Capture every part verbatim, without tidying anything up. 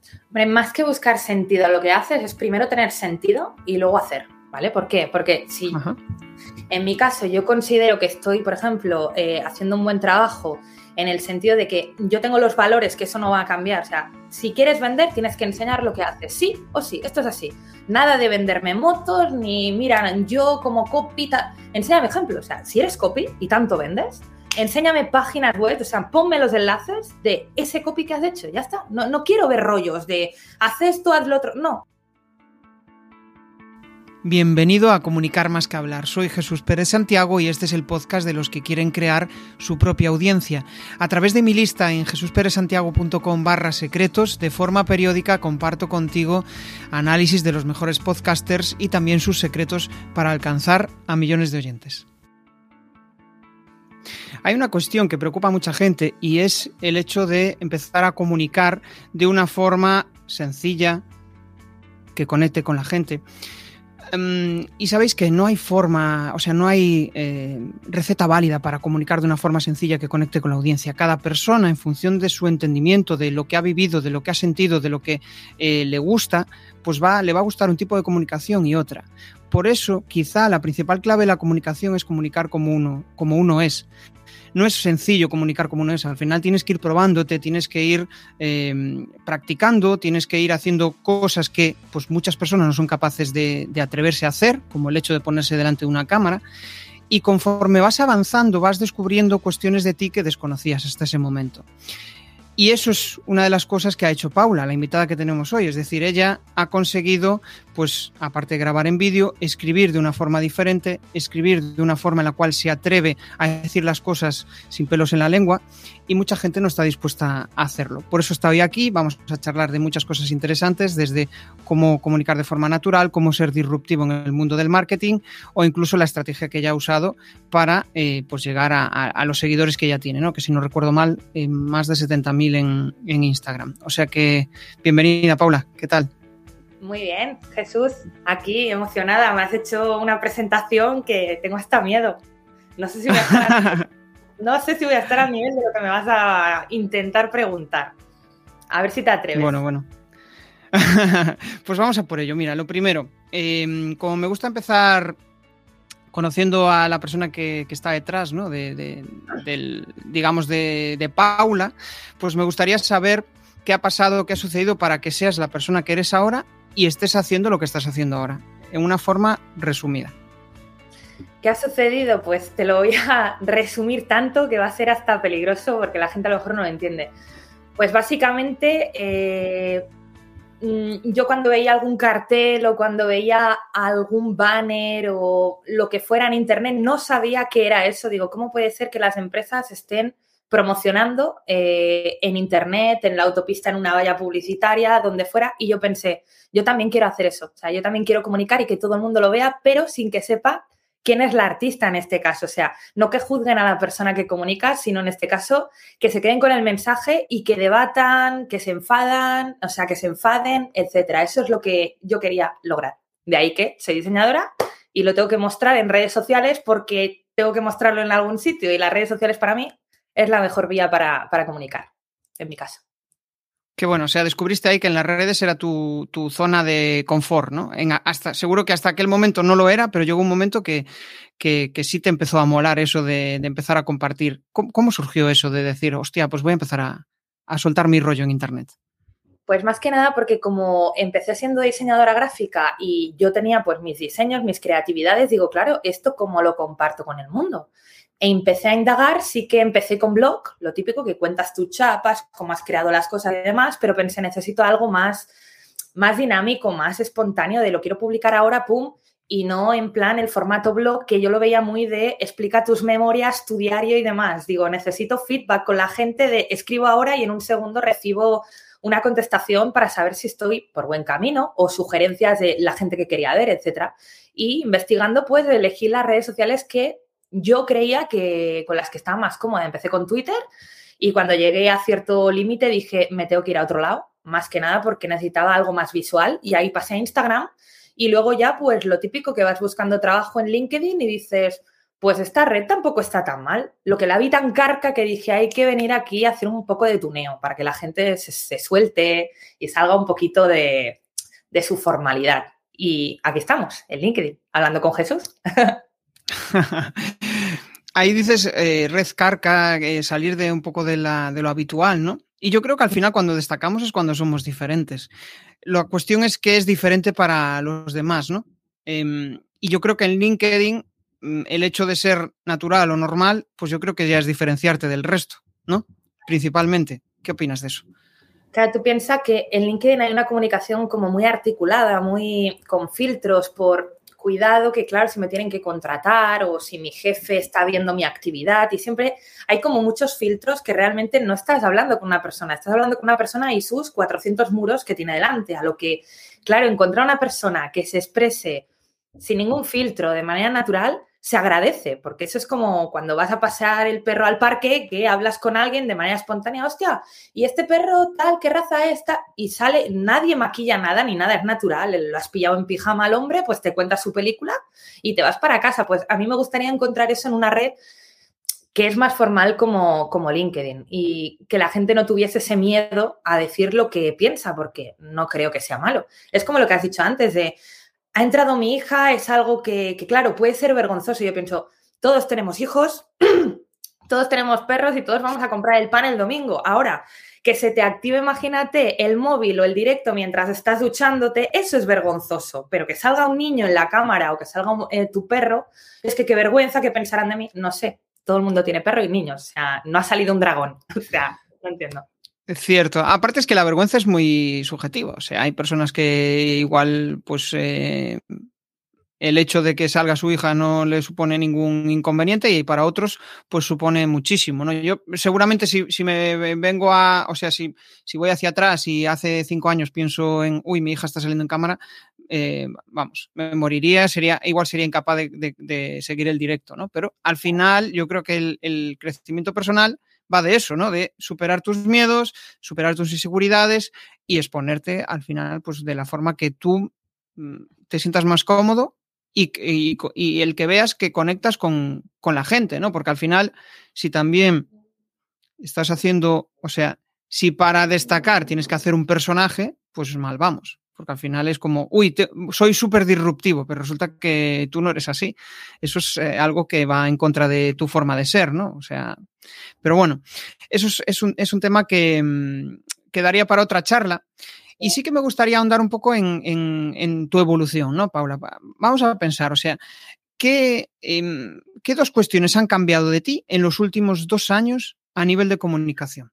Hombre, más que buscar sentido, lo que haces es primero tener sentido y luego hacer, ¿vale? ¿Por qué? Porque si Ajá. en mi caso yo considero que estoy, por ejemplo, eh, haciendo un buen trabajo en el sentido de que yo tengo los valores, que eso no va a cambiar. O sea, si quieres vender, tienes que enseñar lo que haces, sí o sí, esto es así. Nada de venderme motos, ni mira, yo como copy, ta... enséñame ejemplos. O sea, si eres copy y tanto vendes, enséñame páginas web, o sea, ponme los enlaces de ese copy que has hecho, ya está. No, no quiero ver rollos de haz esto, haz lo otro, no. Bienvenido a Comunicar más que hablar. Soy Jesús Pérez Santiago y este es el podcast de los que quieren crear su propia audiencia. A través de mi lista en jesusperezsantiago.com barra secretos, de forma periódica comparto contigo análisis de los mejores podcasters y también sus secretos para alcanzar a millones de oyentes. Hay una cuestión que preocupa a mucha gente y es el hecho de empezar a comunicar de una forma sencilla que conecte con la gente. Um, y sabéis que no hay forma, o sea, no hay eh, receta válida para comunicar de una forma sencilla que conecte con la audiencia. Cada persona, en función de su entendimiento, de lo que ha vivido, de lo que ha sentido, de lo que eh, le gusta, pues va, le va a gustar un tipo de comunicación y otra. Por eso, quizá la principal clave de la comunicación es comunicar como uno, como uno es. No es sencillo comunicar como uno es, al final tienes que ir probándote, tienes que ir eh, practicando, tienes que ir haciendo cosas que pues muchas personas no son capaces de, de atreverse a hacer, como el hecho de ponerse delante de una cámara, y conforme vas avanzando vas descubriendo cuestiones de ti que desconocías hasta ese momento. Y eso es una de las cosas que ha hecho Paula, la invitada que tenemos hoy. Es decir, ella ha conseguido, pues, aparte de grabar en vídeo, escribir de una forma diferente, escribir de una forma en la cual se atreve a decir las cosas sin pelos en la lengua, y mucha gente no está dispuesta a hacerlo. Por eso está hoy aquí, vamos a charlar de muchas cosas interesantes, desde cómo comunicar de forma natural, cómo ser disruptivo en el mundo del marketing, o incluso la estrategia que ella ha usado para eh, pues llegar a, a, a los seguidores que ella tiene, ¿no? Que si no recuerdo mal, eh, más de setenta mil En, en Instagram. O sea que, bienvenida, Paula, ¿qué tal? Muy bien, Jesús, aquí emocionada, me has hecho una presentación que tengo hasta miedo. No sé si voy a estar a, no sé si voy a estar al nivel de lo que me vas a intentar preguntar. A ver si te atreves. Bueno, bueno. Pues vamos a por ello. Mira, lo primero, eh, como me gusta empezar conociendo a la persona que, que está detrás, ¿no? de, de, del, digamos, de, de Paula, pues me gustaría saber qué ha pasado, qué ha sucedido para que seas la persona que eres ahora y estés haciendo lo que estás haciendo ahora, en una forma resumida. ¿Qué ha sucedido? Pues te lo voy a resumir tanto que va a ser hasta peligroso porque la gente a lo mejor no lo entiende. Pues básicamente... Eh, yo cuando veía algún cartel o cuando veía algún banner o lo que fuera en internet no sabía qué era eso. Digo, ¿cómo puede ser que las empresas estén promocionando eh, en internet, en la autopista, en una valla publicitaria, donde fuera? Y yo pensé, yo también quiero hacer eso. O sea, yo también quiero comunicar y que todo el mundo lo vea, pero sin que sepa quién es la artista en este caso. O sea, no que juzguen a la persona que comunica, sino en este caso que se queden con el mensaje y que debatan, que se enfadan, o sea, que se enfaden, etcétera. Eso es lo que yo quería lograr. De ahí que soy diseñadora y lo tengo que mostrar en redes sociales porque tengo que mostrarlo en algún sitio y las redes sociales para mí es la mejor vía para, para comunicar, en mi caso. Qué bueno, o sea, descubriste ahí que en las redes era tu, tu zona de confort, ¿no? En hasta, seguro que hasta aquel momento no lo era, pero llegó un momento que, que, que sí te empezó a molar eso de, de empezar a compartir. ¿Cómo, ¿Cómo surgió eso de decir, hostia, pues voy a empezar a, a soltar mi rollo en internet? Pues más que nada porque como empecé siendo diseñadora gráfica y yo tenía pues mis diseños, mis creatividades, digo, claro, ¿esto cómo lo comparto con el mundo? E empecé a indagar, sí que empecé con blog, lo típico que cuentas tus chapas, cómo has creado las cosas y demás, pero pensé, necesito algo más, más dinámico, más espontáneo, de lo quiero publicar ahora, pum, y no en plan el formato blog, que yo lo veía muy de explica tus memorias, tu diario y demás. Digo, necesito feedback con la gente de escribo ahora y en un segundo recibo una contestación para saber si estoy por buen camino o sugerencias de la gente que quería ver, etcétera. Y investigando, pues, elegí las redes sociales que yo creía que con las que estaba más cómoda. Empecé con Twitter y cuando llegué a cierto límite dije, me tengo que ir a otro lado, más que nada porque necesitaba algo más visual y ahí pasé a Instagram y luego ya, pues, lo típico que vas buscando trabajo en LinkedIn y dices, pues esta red tampoco está tan mal. Lo que la vi tan carca que dije, hay que venir aquí a hacer un poco de tuneo para que la gente se, se suelte y salga un poquito de, de su formalidad. Y aquí estamos, en LinkedIn, hablando con Jesús. Ahí dices eh, red carca, eh, salir de un poco de, la, de lo habitual, ¿no? Y yo creo que al final cuando destacamos es cuando somos diferentes. La cuestión es que es diferente para los demás, ¿no? Eh, y yo creo que en LinkedIn el hecho de ser natural o normal, pues yo creo que ya es diferenciarte del resto, ¿no? Principalmente. ¿Qué opinas de eso? Claro, tú piensas que en LinkedIn hay una comunicación como muy articulada, muy con filtros por cuidado, que claro, si me tienen que contratar o si mi jefe está viendo mi actividad y siempre hay como muchos filtros que realmente no estás hablando con una persona, estás hablando con una persona y sus cuatrocientos muros que tiene delante, a lo que, claro, encontrar una persona que se exprese sin ningún filtro, de manera natural, se agradece, porque eso es como cuando vas a pasear el perro al parque, que hablas con alguien de manera espontánea, hostia, y este perro tal, ¿qué raza es esta? Y sale, nadie maquilla nada ni nada, es natural, lo has pillado en pijama al hombre, pues te cuenta su película y te vas para casa. Pues a mí me gustaría encontrar eso en una red que es más formal como, como LinkedIn y que la gente no tuviese ese miedo a decir lo que piensa, porque no creo que sea malo. Es como lo que has dicho antes de ha entrado mi hija, es algo que, que, claro, puede ser vergonzoso. Yo pienso, todos tenemos hijos, todos tenemos perros y todos vamos a comprar el pan el domingo. Ahora, que se te active, imagínate, el móvil o el directo mientras estás duchándote, eso es vergonzoso. Pero que salga un niño en la cámara o que salga un, eh, tu perro, es que qué vergüenza, qué pensarán de mí. No sé, todo el mundo tiene perro y niños. O sea, no ha salido un dragón. O sea, no entiendo. Es cierto. Aparte es que la vergüenza es muy subjetiva. O sea, hay personas que igual, pues, eh, el hecho de que salga su hija no le supone ningún inconveniente y para otros, pues, supone muchísimo, ¿no? Yo seguramente si, si me vengo a, o sea, si, si voy hacia atrás y hace cinco años pienso en, uy, mi hija está saliendo en cámara, eh, vamos, me moriría, sería, igual sería incapaz de, de, de seguir el directo, ¿no? Pero al final yo creo que el, el crecimiento personal va de eso, ¿no? De superar tus miedos, superar tus inseguridades y exponerte al final, pues, de la forma que tú te sientas más cómodo y, y, y el que veas que conectas con, con la gente, ¿no? Porque al final, si también estás haciendo, o sea, si para destacar tienes que hacer un personaje, pues mal vamos. Porque al final es como, uy, te, soy súper disruptivo, pero resulta que tú no eres así. Eso es eh, algo que va en contra de tu forma de ser, ¿no? O sea, pero bueno, eso es, es, un, es un tema que mmm, quedaría para otra charla. Y sí que me gustaría ahondar un poco en, en, en tu evolución, ¿no, Paula? Vamos a pensar, o sea, ¿qué, eh, ¿qué dos cuestiones han cambiado de ti en los últimos dos años a nivel de comunicación?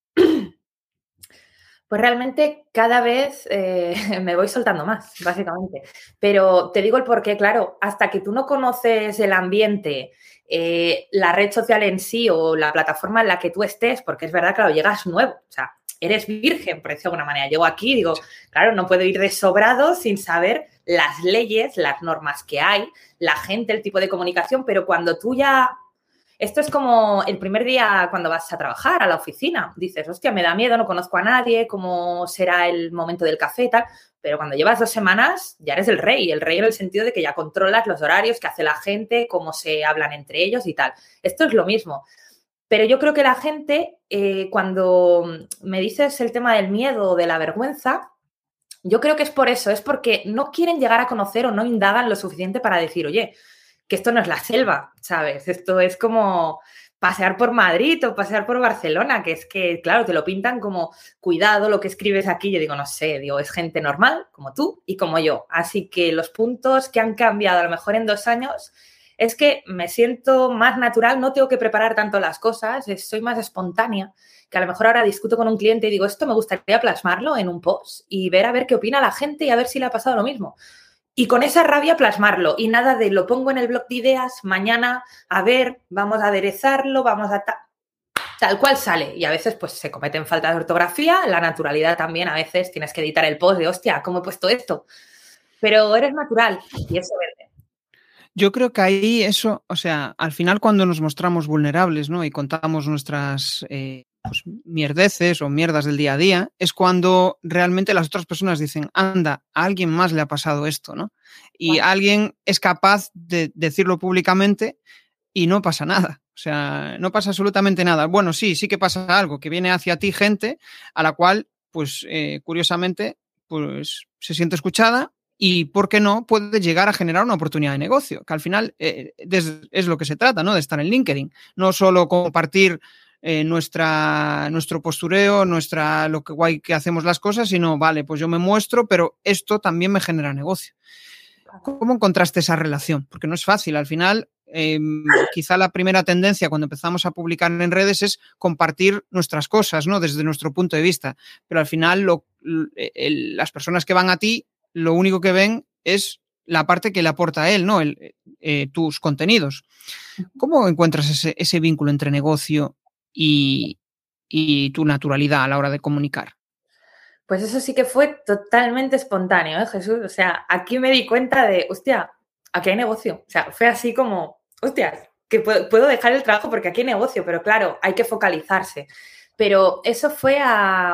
Pues realmente cada vez eh, me voy soltando más, básicamente. Pero te digo el porqué, claro, hasta que tú no conoces el ambiente, eh, la red social en sí o la plataforma en la que tú estés, porque es verdad, claro, llegas nuevo, o sea, eres virgen, por decirlo de alguna manera. Llego aquí y digo, claro, no puedo ir de sobrado sin saber las leyes, las normas que hay, la gente, el tipo de comunicación, pero cuando tú ya... Esto es como el primer día cuando vas a trabajar a la oficina. Dices, hostia, me da miedo, no conozco a nadie, cómo será el momento del café y tal. Pero cuando llevas dos semanas ya eres el rey. El rey en el sentido de que ya controlas los horarios que hace la gente, cómo se hablan entre ellos y tal. Esto es lo mismo. Pero yo creo que la gente, eh, cuando me dices el tema del miedo o de la vergüenza, yo creo que es por eso. Es porque no quieren llegar a conocer o no indagan lo suficiente para decir, oye, que esto no es la selva, ¿sabes? Esto es como pasear por Madrid o pasear por Barcelona, que es que, claro, te lo pintan como, cuidado lo que escribes aquí. Yo digo, no sé, digo, es gente normal, como tú y como yo. Así que los puntos que han cambiado a lo mejor en dos años es que me siento más natural, no tengo que preparar tanto las cosas, soy más espontánea, que a lo mejor ahora discuto con un cliente y digo, esto me gustaría plasmarlo en un post y ver a ver qué opina la gente y a ver si le ha pasado lo mismo. Y con esa rabia plasmarlo y nada de lo pongo en el blog de ideas, mañana, a ver, vamos a aderezarlo, vamos a... Ta tal cual sale. Y a veces pues se cometen faltas de ortografía, la naturalidad también, a veces tienes que editar el post de, hostia, ¿cómo he puesto esto? Pero eres natural y eso verde. Yo creo que ahí eso, o sea, al final cuando nos mostramos vulnerables, ¿no? Y contamos nuestras... Eh... pues, mierdeces o mierdas del día a día, es cuando realmente las otras personas dicen, anda, a alguien más le ha pasado esto, ¿no? Y wow. Alguien es capaz de decirlo públicamente y no pasa nada. O sea, no pasa absolutamente nada. Bueno, sí, sí que pasa algo, que viene hacia ti gente a la cual, pues, eh, curiosamente, pues se siente escuchada y, ¿por qué no?, puede llegar a generar una oportunidad de negocio, que al final eh, es lo que se trata, ¿no?, de estar en LinkedIn. No solo compartir eh, nuestra, nuestro postureo, nuestra, lo que guay que hacemos las cosas, sino, vale, pues yo me muestro, pero esto también me genera negocio. ¿Cómo encontraste esa relación? Porque no es fácil. Al final, eh, quizá la primera tendencia cuando empezamos a publicar en redes es compartir nuestras cosas, ¿no?, desde nuestro punto de vista. Pero al final, lo, el, las personas que van a ti, lo único que ven es la parte que le aporta a él, ¿no?, el, eh, tus contenidos. ¿Cómo encuentras ese, ese vínculo entre negocio y, y tu naturalidad a la hora de comunicar? Pues eso sí que fue totalmente espontáneo, ¿eh, Jesús? O sea, aquí me di cuenta de, hostia, aquí hay negocio. O sea, fue así como, hostia, que puedo, puedo dejar el trabajo porque aquí hay negocio, pero claro, hay que focalizarse. Pero eso fue a,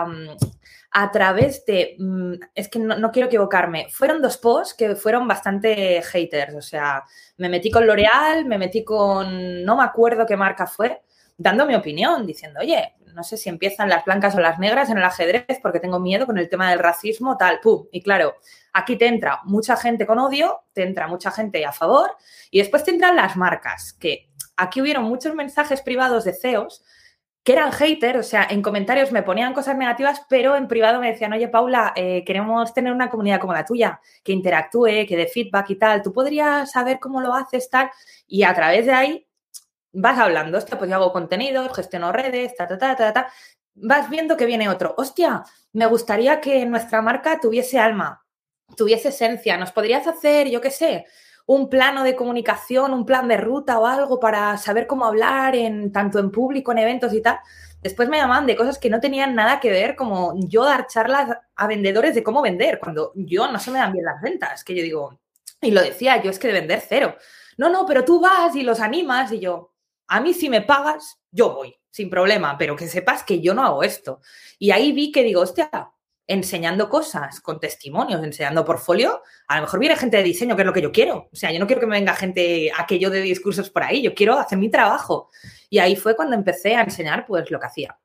a través de, es que no, no quiero equivocarme, fueron dos posts que fueron bastante haters. O sea, me metí con L'Oreal, me metí con, no me acuerdo qué marca fue, dando mi opinión, diciendo, oye, no sé si empiezan las blancas o las negras en el ajedrez porque tengo miedo con el tema del racismo, tal, pum. Y claro, aquí te entra mucha gente con odio, te entra mucha gente a favor y después te entran las marcas, que aquí hubieron muchos mensajes privados de C E Os que eran haters, o sea, en comentarios me ponían cosas negativas, pero en privado me decían, oye, Paula, eh, queremos tener una comunidad como la tuya, que interactúe, que dé feedback y tal, ¿tú podrías saber cómo lo haces, tal? Y a través de ahí vas hablando, hostia, pues yo hago contenidos, gestiono redes, ta, ta, ta, ta, ta. Vas viendo que viene otro. Hostia, me gustaría que nuestra marca tuviese alma, tuviese esencia. ¿Nos podrías hacer, yo qué sé, un plano de comunicación, un plan de ruta o algo para saber cómo hablar en tanto en público, en eventos y tal? Después me llamaban de cosas que no tenían nada que ver, como yo dar charlas a vendedores de cómo vender, cuando yo no se me dan bien las ventas, que yo digo, y lo decía, yo es que de vender cero. No, no, pero tú vas y los animas y yo... A mí si me pagas, yo voy, sin problema, pero que sepas que yo no hago esto. Y ahí vi que digo, hostia, enseñando cosas con testimonios, enseñando portfolio, a lo mejor viene gente de diseño, que es lo que yo quiero. O sea, yo no quiero que me venga gente a que yo dé discursos por ahí, yo quiero hacer mi trabajo. Y ahí fue cuando empecé a enseñar pues lo que hacía,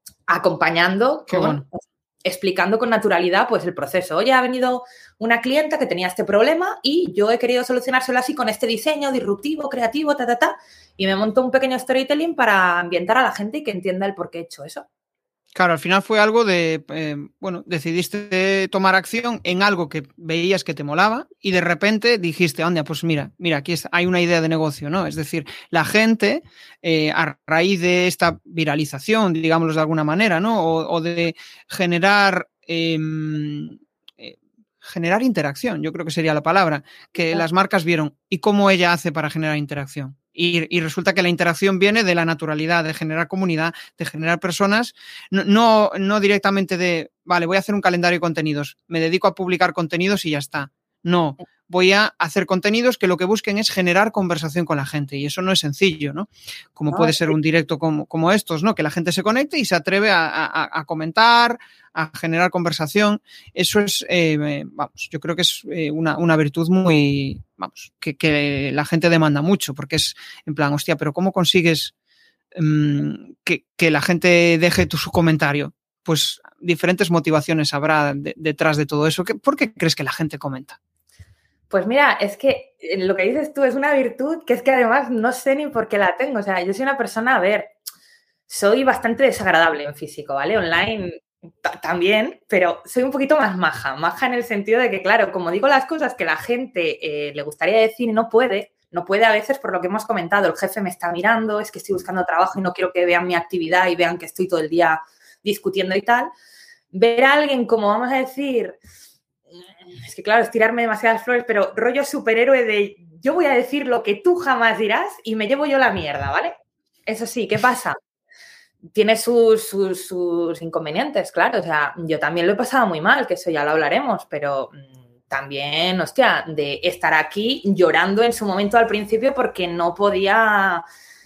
acompañando Qué con... bueno. explicando con naturalidad pues el proceso. Oye, ha venido una clienta que tenía este problema y yo he querido solucionárselo así con este diseño disruptivo, creativo, ta, ta, ta, y me monto un pequeño storytelling para ambientar a la gente y que entienda el por qué he hecho eso. Claro, al final fue algo de, eh, bueno, decidiste tomar acción en algo que veías que te molaba y de repente dijiste, anda, pues mira, mira, aquí hay una idea de negocio, ¿no? Es decir, la gente, eh, a raíz de esta viralización, digámoslo de alguna manera, ¿no? O, o de generar... Eh, eh, generar interacción, yo creo que sería la palabra, que las marcas vieron y cómo ella hace para generar interacción. Y, y resulta que la interacción viene de la naturalidad, de generar comunidad, de generar personas, no, no, no directamente de, vale, voy a hacer un calendario de contenidos, me dedico a publicar contenidos y ya está. No, voy a hacer contenidos que lo que busquen es generar conversación con la gente y eso no es sencillo, ¿no? Como puede ser un directo como, como estos, ¿no? Que la gente se conecte y se atreve a, a, a comentar, a generar conversación. Eso es, eh, vamos, yo creo que es eh, una, una virtud muy, vamos, que, que la gente demanda mucho porque es en plan, hostia, pero ¿cómo consigues um, que, que la gente deje tu, su comentario? Pues diferentes motivaciones habrá de, detrás de todo eso. ¿Por qué crees que la gente comenta? Pues mira, es que lo que dices tú es una virtud que es que además no sé ni por qué la tengo. O sea, yo soy una persona, a ver, soy bastante desagradable en físico, ¿vale? Online también, pero soy un poquito más maja. Maja en el sentido de que, claro, como digo las cosas que la gente eh, le gustaría decir y no puede, no puede a veces por lo que hemos comentado. El jefe me está mirando, es que estoy buscando trabajo y no quiero que vean mi actividad y vean que estoy todo el día discutiendo y tal. Ver a alguien como, vamos a decir... Es que, claro, es tirarme demasiadas flores, pero rollo superhéroe de yo voy a decir lo que tú jamás dirás y me llevo yo la mierda, ¿vale? Eso sí, ¿qué pasa? Tiene sus, sus, sus inconvenientes, claro. O sea, yo también lo he pasado muy mal, que eso ya lo hablaremos, pero también, hostia, de estar aquí llorando en su momento al principio porque no podía...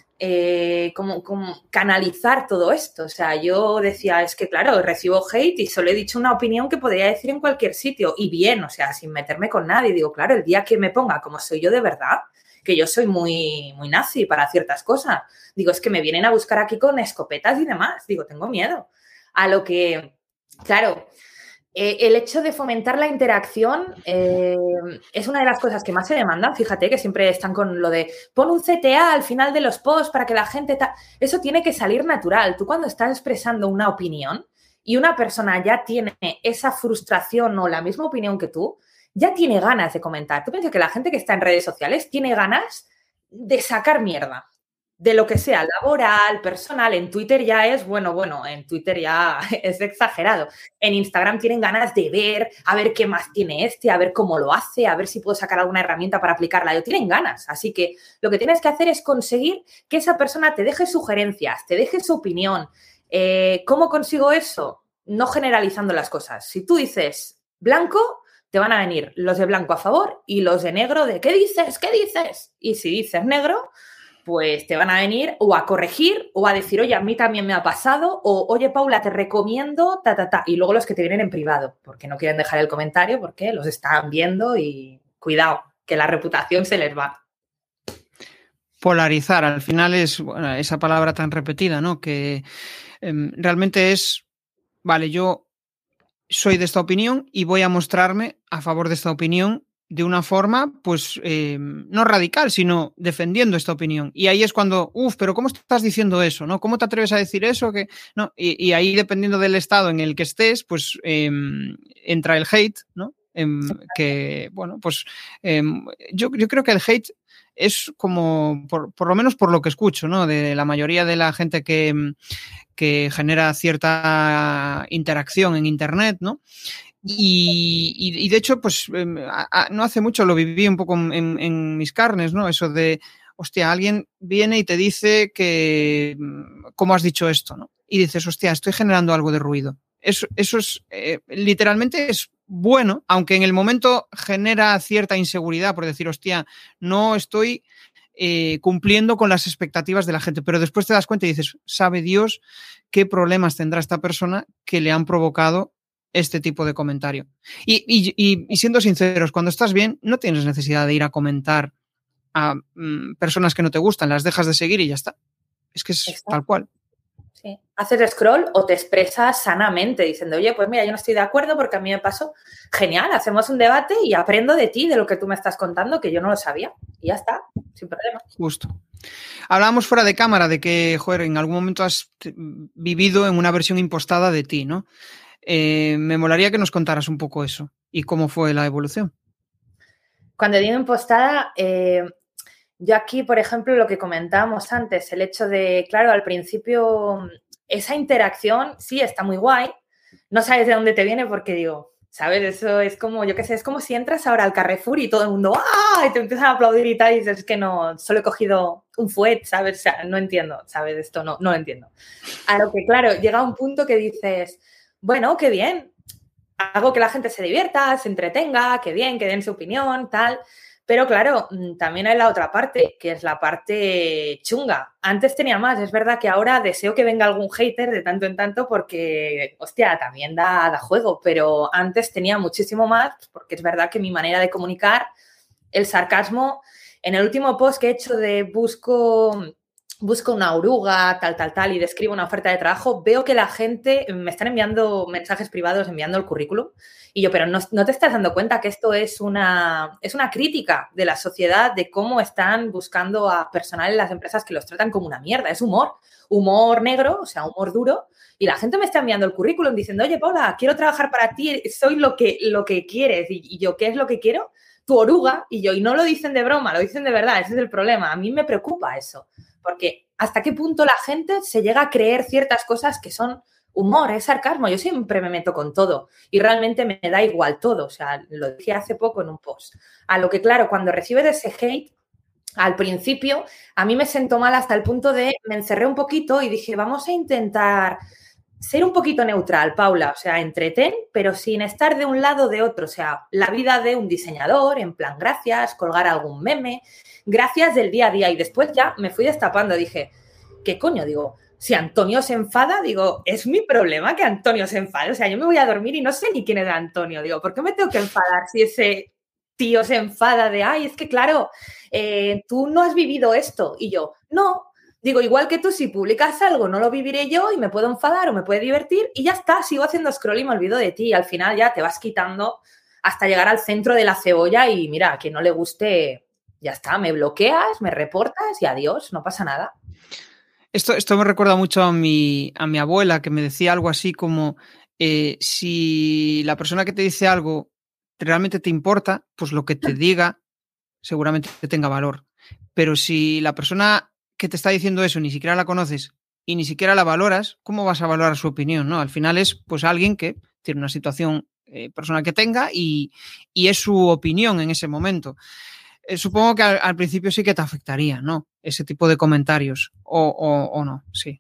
Eh, como, como canalizar todo esto. O sea, yo decía, es que claro, recibo hate y solo he dicho una opinión que podría decir en cualquier sitio y bien, o sea, sin meterme con nadie. Digo, claro, el día que me ponga como soy yo de verdad que yo soy muy, muy nazi para ciertas cosas. Digo, es que me vienen a buscar aquí con escopetas y demás. Digo, tengo miedo. A lo que, claro, eh, el hecho de fomentar la interacción eh, es una de las cosas que más se demandan. Fíjate que siempre están con lo de pon un C T A al final de los posts para que la gente... Ta... Eso tiene que salir natural. Tú cuando estás expresando una opinión y una persona ya tiene esa frustración o la misma opinión que tú, ya tiene ganas de comentar. Tú piensas que la gente que está en redes sociales tiene ganas de sacar mierda. De lo que sea, laboral, personal, en Twitter ya es, bueno, bueno, en Twitter ya es exagerado. En Instagram tienen ganas de ver, a ver qué más tiene este, a ver cómo lo hace, a ver si puedo sacar alguna herramienta para aplicarla. Yo tienen ganas, así que lo que tienes que hacer es conseguir que esa persona te deje sugerencias, te deje su opinión. Eh, ¿Cómo consigo eso? No generalizando las cosas. Si tú dices blanco, te van a venir los de blanco a favor y los de negro de ¿qué dices? ¿Qué dices? Y si dices negro, pues te van a venir o a corregir o a decir, oye, a mí también me ha pasado, o oye, Paula, te recomiendo, ta, ta, ta. Y luego los que te vienen en privado, porque no quieren dejar el comentario, porque los están viendo y cuidado, que la reputación se les va. Polarizar, al final es bueno, esa palabra tan repetida, ¿no? Que eh, realmente es, vale, yo soy de esta opinión y voy a mostrarme a favor de esta opinión de una forma, pues, eh, no radical, sino defendiendo esta opinión. Y ahí es cuando, uff, pero ¿cómo estás diciendo eso? ¿No? ¿Cómo te atreves a decir eso? Que no. Y, y ahí, dependiendo del estado en el que estés, pues eh, entra el hate, ¿no? Eh, que, bueno, pues eh, yo, yo creo que el hate es como, por, por lo menos por lo que escucho, ¿no? De la mayoría de la gente que, que genera cierta interacción en Internet, ¿no? Y, y, y de hecho, pues eh, a, a, no hace mucho lo viví un poco en, en mis carnes, ¿no? Eso de, hostia, alguien viene y te dice que, ¿cómo has dicho esto? ¿No? Y dices, hostia, estoy generando algo de ruido. Eso, eso es, eh, literalmente es bueno, aunque en el momento genera cierta inseguridad por decir, hostia, no estoy eh, cumpliendo con las expectativas de la gente, pero después te das cuenta y dices, sabe Dios qué problemas tendrá esta persona que le han provocado este tipo de comentario. Y, y, y siendo sinceros, cuando estás bien, no tienes necesidad de ir a comentar a mm, personas que no te gustan, las dejas de seguir y ya está. Es que es Exacto. Tal cual. Sí. Haces scroll o te expresas sanamente diciendo, oye, pues mira, yo no estoy de acuerdo porque a mí me pasó. Genial, hacemos un debate y aprendo de ti, de lo que tú me estás contando, que yo no lo sabía. Y ya está, sin problema. Justo. Hablábamos fuera de cámara de que, joder, en algún momento has vivido en una versión impostada de ti, ¿no? Eh, me molaría que nos contaras un poco eso y cómo fue la evolución. Cuando digo impostada, eh, yo aquí, por ejemplo, lo que comentábamos antes, el hecho de, claro, al principio esa interacción sí está muy guay, no sabes de dónde te viene porque digo, ¿sabes? Eso es como, yo qué sé, es como si entras ahora al Carrefour y todo el mundo ¡ah! Y te empiezan a aplaudir y tal y dices, es que no, solo he cogido un fuet, ¿sabes? O sea, no entiendo, ¿sabes? Esto no, no lo entiendo. A lo que, claro, llega un punto que dices, bueno, qué bien, hago que la gente se divierta, se entretenga, qué bien, que den su opinión, tal. Pero claro, también hay la otra parte, que es la parte chunga. Antes tenía más, es verdad que ahora deseo que venga algún hater de tanto en tanto porque, hostia, también da, da juego, pero antes tenía muchísimo más porque es verdad que mi manera de comunicar, el sarcasmo, en el último post que he hecho de busco... busco una oruga, tal, tal, tal, y describo una oferta de trabajo, veo que la gente me están enviando mensajes privados, enviando el currículum, y yo, pero no, no te estás dando cuenta que esto es una, es una crítica de la sociedad, de cómo están buscando a personal en las empresas que los tratan como una mierda, es humor, humor negro, o sea, humor duro, y la gente me está enviando el currículum diciendo, oye, Paula, quiero trabajar para ti, soy lo que, lo que quieres, y, y yo, ¿qué es lo que quiero? Tu oruga, y yo, y no lo dicen de broma, lo dicen de verdad, ese es el problema, a mí me preocupa eso. Porque hasta qué punto la gente se llega a creer ciertas cosas que son humor, es sarcasmo. Yo siempre me meto con todo y realmente me da igual todo. O sea, lo dije hace poco en un post. A lo que, claro, cuando recibes ese hate, al principio a mí me sentó mal hasta el punto de me encerré un poquito y dije, vamos a intentar ser un poquito neutral, Paula. O sea, entretén, pero sin estar de un lado o de otro. O sea, la vida de un diseñador, en plan, gracias, colgar algún meme, gracias del día a día. Y después ya me fui destapando. Dije, ¿qué coño? Digo, si Antonio se enfada, digo, es mi problema que Antonio se enfade. O sea, yo me voy a dormir y no sé ni quién era Antonio. Digo, ¿por qué me tengo que enfadar si ese tío se enfada de, ay, es que claro, eh, tú no has vivido esto. Y yo, no. Digo, igual que tú, si publicas algo, no lo viviré yo y me puedo enfadar o me puede divertir y ya está, sigo haciendo scroll y me olvido de ti. Y al final ya te vas quitando hasta llegar al centro de la cebolla y mira, a quien no le guste, ya está, me bloqueas, me reportas y adiós, no pasa nada. Esto, esto me recuerda mucho a mi, a mi abuela, que me decía algo así como, eh, si la persona que te dice algo realmente te importa, pues lo que te diga seguramente tenga valor. Pero si la persona que te está diciendo eso ni siquiera la conoces y ni siquiera la valoras, ¿cómo vas a valorar su opinión? ¿No? Al final es pues alguien que tiene una situación eh, personal que tenga y, y es su opinión en ese momento. Eh, supongo que al, al principio sí que te afectaría, ¿no? Ese tipo de comentarios o, o, o no, sí.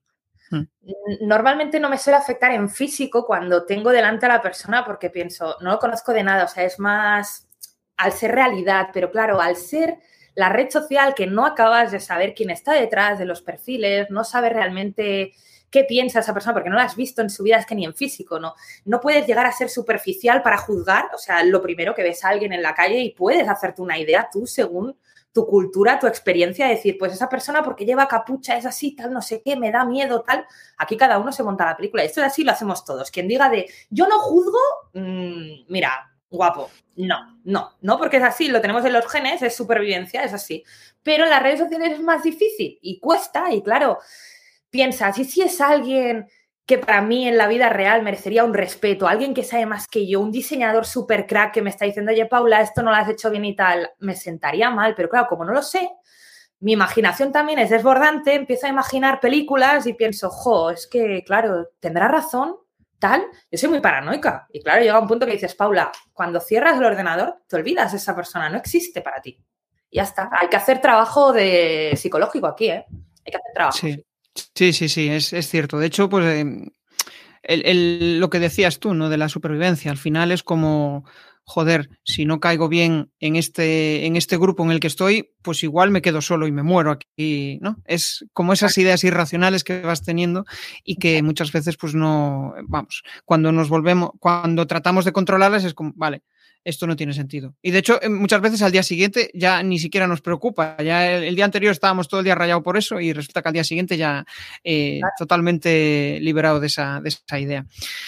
Normalmente no me suele afectar en físico cuando tengo delante a la persona porque pienso, no lo conozco de nada, o sea, es más al ser realidad, pero claro, al ser la red social que no acabas de saber quién está detrás de los perfiles, no sabes realmente qué piensa esa persona porque no la has visto en su vida, es que ni en físico, ¿no? No puedes llegar a ser superficial para juzgar, o sea, lo primero que ves a alguien en la calle y puedes hacerte una idea tú según tu cultura, tu experiencia, decir, pues esa persona porque lleva capucha es así, tal, no sé qué, me da miedo, tal. Aquí cada uno se monta la película. Esto es así, lo hacemos todos. Quien diga de, yo no juzgo, mmm, mira, guapo. No, no, no, porque es así, lo tenemos en los genes, es supervivencia, es así. Pero en las redes sociales es más difícil y cuesta, y claro, piensas, ¿y si es alguien que para mí en la vida real merecería un respeto, alguien que sabe más que yo, un diseñador súper crack que me está diciendo, oye, Paula, esto no lo has hecho bien y tal, me sentaría mal, pero claro, como no lo sé, mi imaginación también es desbordante, empiezo a imaginar películas y pienso, jo, es que, claro, tendrá razón, tal, yo soy muy paranoica. Y claro, llega un punto que dices, Paula, cuando cierras el ordenador, te olvidas de esa persona, no existe para ti. Y ya está, hay que hacer trabajo de psicológico aquí, ¿eh? Hay que hacer trabajo. Sí. Sí, sí, sí, es, es cierto. De hecho, pues eh, el, el, lo que decías tú, ¿no? De la supervivencia, al final es como, joder, si no caigo bien en este, en este grupo en el que estoy, pues igual me quedo solo y me muero aquí, ¿no? Es como esas ideas irracionales que vas teniendo y que muchas veces, pues no, vamos, cuando nos volvemos, cuando tratamos de controlarlas es como, vale, esto no tiene sentido. Y de hecho, muchas veces al día siguiente ya ni siquiera nos preocupa. Ya el, el día anterior estábamos todo el día rayado por eso y resulta que al día siguiente ya eh, claro. totalmente liberado de esa, de esa idea.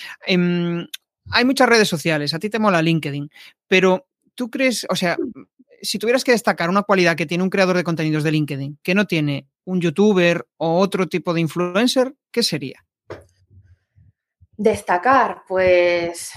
Eh, hay muchas redes sociales, a ti te mola LinkedIn, pero tú crees, o sea, si tuvieras que destacar una cualidad que tiene un creador de contenidos de LinkedIn que no tiene un youtuber o otro tipo de influencer, ¿qué sería? Destacar, pues...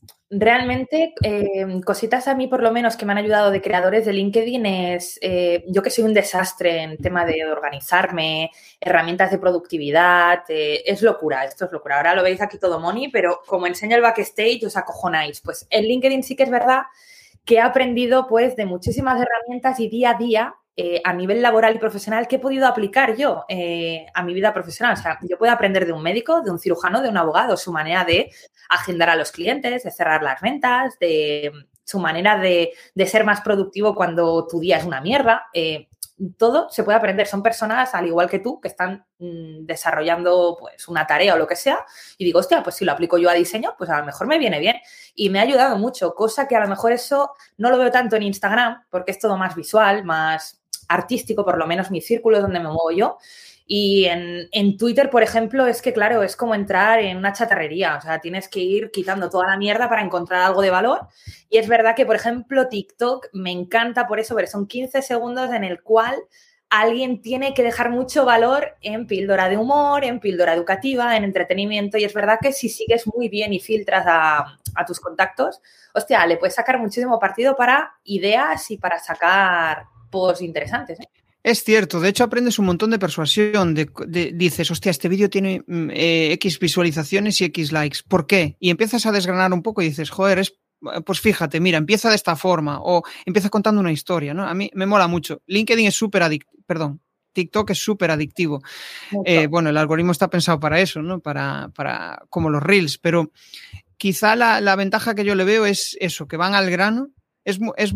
Realmente, eh, cositas a mí por lo menos que me han ayudado de creadores de LinkedIn es, eh, yo que soy un desastre en tema de organizarme, herramientas de productividad, eh, es locura, esto es locura. Ahora lo veis aquí todo money, pero como enseño el backstage os acojonáis. Pues en LinkedIn sí que es verdad que he aprendido pues de muchísimas herramientas y día a día Eh, a nivel laboral y profesional, ¿qué he podido aplicar yo eh, a mi vida profesional? O sea, yo puedo aprender de un médico, de un cirujano, de un abogado, su manera de agendar a los clientes, de cerrar las ventas, de su manera de, de ser más productivo cuando tu día es una mierda. Eh, todo se puede aprender. Son personas, al igual que tú, que están mmm, desarrollando pues una tarea o lo que sea. Y digo, hostia, pues si lo aplico yo a diseño, pues a lo mejor me viene bien. Y me ha ayudado mucho, cosa que a lo mejor eso no lo veo tanto en Instagram, porque es todo más visual, más artístico, por lo menos mi círculo es donde me muevo yo. Y en, en Twitter, por ejemplo, es que, claro, es como entrar en una chatarrería. O sea, tienes que ir quitando toda la mierda para encontrar algo de valor. Y es verdad que, por ejemplo, TikTok me encanta por eso, porque son quince segundos en el cual alguien tiene que dejar mucho valor en píldora de humor, en píldora educativa, en entretenimiento. Y es verdad que si sigues muy bien y filtras a, a tus contactos, hostia, le puedes sacar muchísimo partido para ideas y para sacar posts interesantes, ¿eh? Es cierto, de hecho aprendes un montón de persuasión, de, de, dices, hostia, este vídeo tiene eh, X visualizaciones y X likes, ¿por qué? Y empiezas a desgranar un poco y dices, joder, es, pues fíjate, mira, empieza de esta forma o empieza contando una historia, ¿no? A mí me mola mucho. LinkedIn es súper adictivo, perdón, TikTok es súper adictivo. Eh, bueno, el algoritmo está pensado para eso, ¿no? Para, para como los Reels, pero quizá la, la ventaja que yo le veo es eso, que van al grano. Es, es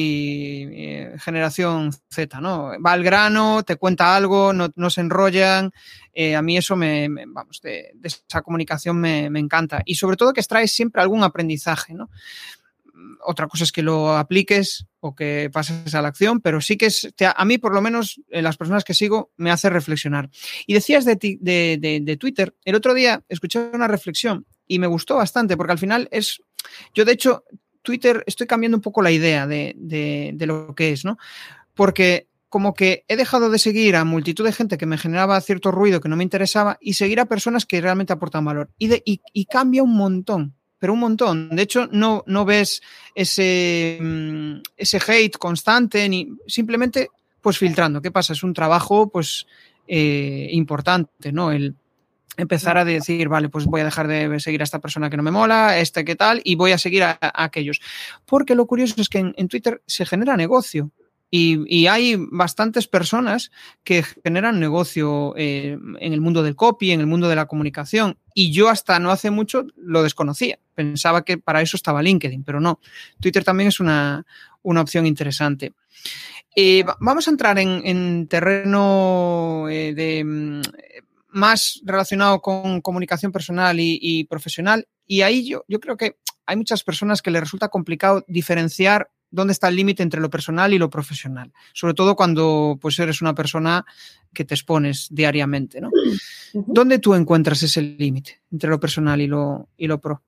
muy eh, generación Z, ¿no? Va al grano, te cuenta algo, no, no se enrollan. Eh, a mí eso me, me vamos, de, de esa comunicación me, me encanta. Y sobre todo que extraes siempre algún aprendizaje, ¿no? otra cosa es que lo apliques o que pases a la acción, pero sí que es, te, a mí por lo menos eh, las personas que sigo me hace reflexionar. Y decías de, de, de, de Twitter, el otro día escuché una reflexión y me gustó bastante porque al final es, yo de hecho Twitter estoy cambiando un poco la idea de, de, de lo que es, ¿no? Porque como que he dejado de seguir a multitud de gente que me generaba cierto ruido que no me interesaba y seguir a personas que realmente aportan valor. Y, de, y, y cambia un montón, pero un montón. De hecho, no, no ves ese, ese hate constante, ni simplemente pues filtrando. ¿Qué pasa? Es un trabajo pues eh, importante, ¿no? El empezar a decir, vale, pues voy a dejar de seguir a esta persona que no me mola, este qué tal, y voy a seguir a, a aquellos. Porque lo curioso es que en, en Twitter se genera negocio. Y, y hay bastantes personas que generan negocio eh, en el mundo del copy, en el mundo de la comunicación. Y yo hasta no hace mucho lo desconocía. Pensaba que para eso estaba LinkedIn, pero no. Twitter también es una, una opción interesante. Eh, vamos a entrar en, en terreno eh, de, más relacionado con comunicación personal y, y profesional. Y ahí yo, yo creo que hay muchas personas que les resulta complicado diferenciar dónde está el límite entre lo personal y lo profesional, sobre todo cuando pues eres una persona que te expones diariamente, ¿no? Uh-huh. ¿Dónde tú encuentras ese límite entre lo personal y lo, y lo pro?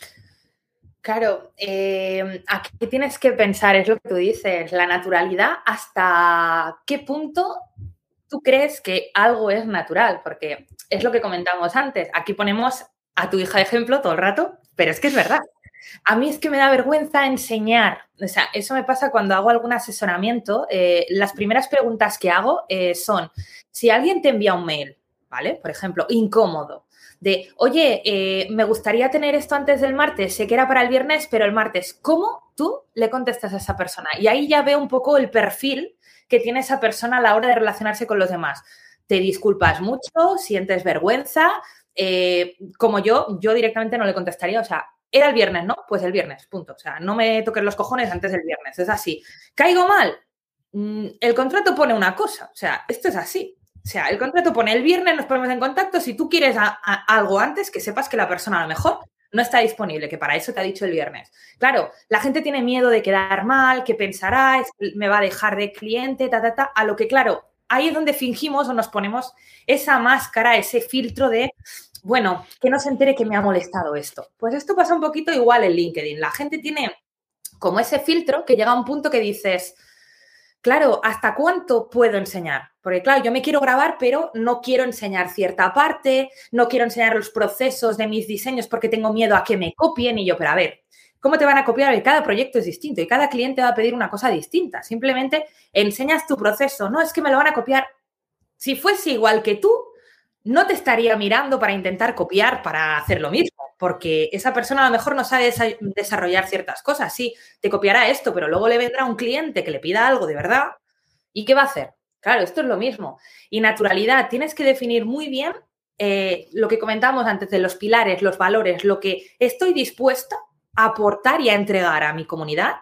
Claro, eh, aquí tienes que pensar, es lo que tú dices, la naturalidad, hasta qué punto tú crees que algo es natural, porque es lo que comentamos antes, aquí ponemos a tu hija de ejemplo todo el rato, pero es que es verdad. A mí es que me da vergüenza enseñar. O sea, eso me pasa cuando hago algún asesoramiento. Eh, las primeras preguntas que hago eh, son, si alguien te envía un mail, ¿vale? Por ejemplo, incómodo, de, oye, eh, me gustaría tener esto antes del martes, sé que era para el viernes, pero el martes, ¿cómo tú le contestas a esa persona? Y ahí ya veo un poco el perfil que tiene esa persona a la hora de relacionarse con los demás. Te disculpas mucho, sientes vergüenza. Eh, como yo, yo directamente no le contestaría, o sea, era el viernes, ¿no? Pues el viernes, punto. O sea, no me toques los cojones antes del viernes. Es así. ¿Caigo mal? El contrato pone una cosa. O sea, esto es así. O sea, el contrato pone el viernes, nos ponemos en contacto. Si tú quieres a, a, algo antes, que sepas que la persona a lo mejor no está disponible, que para eso te ha dicho el viernes. Claro, la gente tiene miedo de quedar mal, que pensará, es, me va a dejar de cliente, ta, ta, ta. A lo que, claro, ahí es donde fingimos o nos ponemos esa máscara, ese filtro de... Bueno, que no se entere que me ha molestado esto. Pues esto pasa un poquito igual en LinkedIn. La gente tiene como ese filtro que llega a un punto que dices, claro, ¿hasta cuánto puedo enseñar? Porque, claro, yo me quiero grabar, pero no quiero enseñar cierta parte, no quiero enseñar los procesos de mis diseños porque tengo miedo a que me copien. Y yo, pero a ver, ¿cómo te van a copiar? Cada proyecto es distinto y cada cliente va a pedir una cosa distinta. Simplemente enseñas tu proceso. No, es que me lo van a copiar. Si fuese igual que tú, no te estaría mirando para intentar copiar, para hacer lo mismo, porque esa persona a lo mejor no sabe desa- desarrollar ciertas cosas. Sí, te copiará esto, pero luego le vendrá un cliente que le pida algo de verdad. ¿Y qué va a hacer? Claro, esto es lo mismo. Y naturalidad, tienes que definir muy bien eh, lo que comentábamos antes de los pilares, los valores, lo que estoy dispuesta a aportar y a entregar a mi comunidad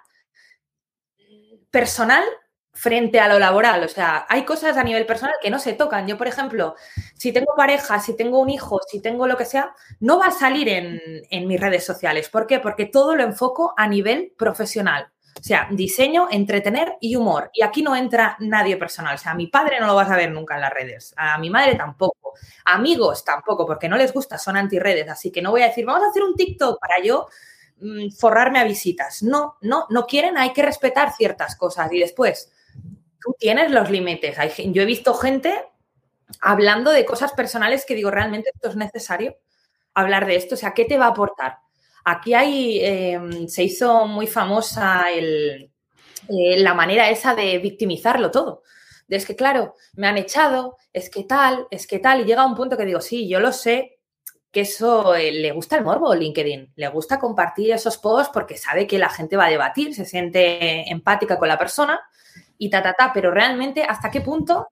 personal frente a lo laboral. O sea, hay cosas a nivel personal que no se tocan. Yo, por ejemplo, si tengo pareja, si tengo un hijo, si tengo lo que sea, no va a salir en, en mis redes sociales. ¿Por qué? Porque todo lo enfoco a nivel profesional. O sea, diseño, entretener y humor. Y aquí no entra nadie personal. O sea, a mi padre no lo vas a ver nunca en las redes. A mi madre tampoco. Amigos tampoco, porque no les gusta, son antirredes. Así que no voy a decir, vamos a hacer un TikTok para yo mmm, forrarme a visitas. No, no, no quieren, hay que respetar ciertas cosas. Y después... Tú tienes los límites. Yo he visto gente hablando de cosas personales que digo, ¿realmente esto es necesario? Hablar de esto, o sea, ¿qué te va a aportar? Aquí hay, eh, se hizo muy famosa el, eh, la manera esa de victimizarlo todo. De es que, claro, me han echado, es que tal, es que tal, y llega a un punto que digo, sí, yo lo sé, que eso eh, le gusta el morbo LinkedIn, le gusta compartir esos posts porque sabe que la gente va a debatir, se siente empática con la persona, y ta, ta, ta, pero realmente, ¿hasta qué punto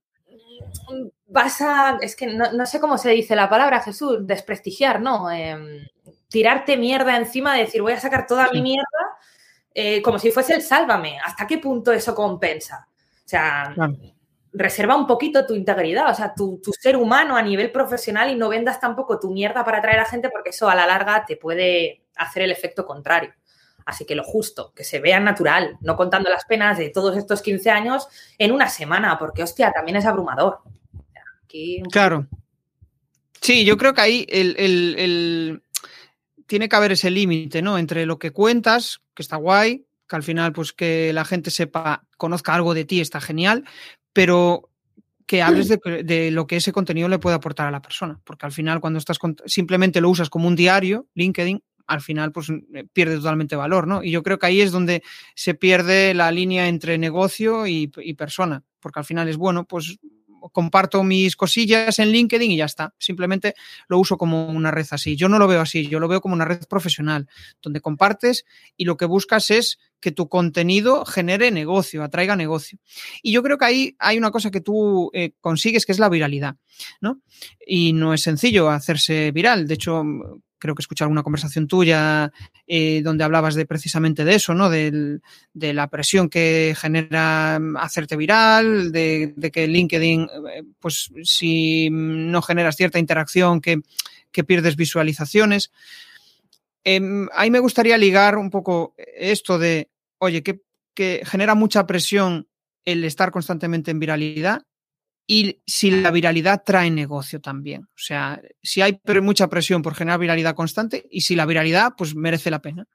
vas a... Es que no, no sé cómo se dice la palabra, Jesús, desprestigiar, ¿no? Eh, tirarte mierda encima, de decir, voy a sacar toda sí. mi mierda, eh, como si fuese el sálvame. ¿Hasta qué punto eso compensa? O sea, claro. Reserva un poquito tu integridad, o sea, tu, tu ser humano a nivel profesional y no vendas tampoco tu mierda para atraer a gente porque eso a la larga te puede hacer el efecto contrario. Así que lo justo, que se vea natural, no contando las penas de todos estos quince años en una semana, porque, hostia, también es abrumador. Aquí... Claro. Sí, yo creo que ahí el, el, el... tiene que haber ese límite, ¿no? Entre lo que cuentas, que está guay, que al final, pues que la gente sepa, conozca algo de ti, está genial, pero que hables de, de lo que ese contenido le puede aportar a la persona, porque al final cuando estás con, simplemente lo usas como un diario, LinkedIn, al final pues pierde totalmente valor, ¿no? Y yo creo que ahí es donde se pierde la línea entre negocio y, y persona, porque al final es, bueno, pues comparto mis cosillas en LinkedIn y ya está. Simplemente lo uso como una red así. Yo no lo veo así, yo lo veo como una red profesional, donde compartes y lo que buscas es que tu contenido genere negocio, atraiga negocio. Y yo creo que ahí hay una cosa que tú eh, consigues, que es la viralidad, ¿no? Y no es sencillo hacerse viral. De hecho, creo que escuché alguna conversación tuya eh, donde hablabas de precisamente de eso, ¿no? De, de la presión que genera hacerte viral, de, de que LinkedIn, pues si no generas cierta interacción, que, que pierdes visualizaciones. Eh, ahí me gustaría ligar un poco esto de, oye, que, que genera mucha presión el estar constantemente en viralidad y si la viralidad trae negocio también. O sea, si hay mucha presión por generar viralidad constante y si la viralidad, pues merece la pena.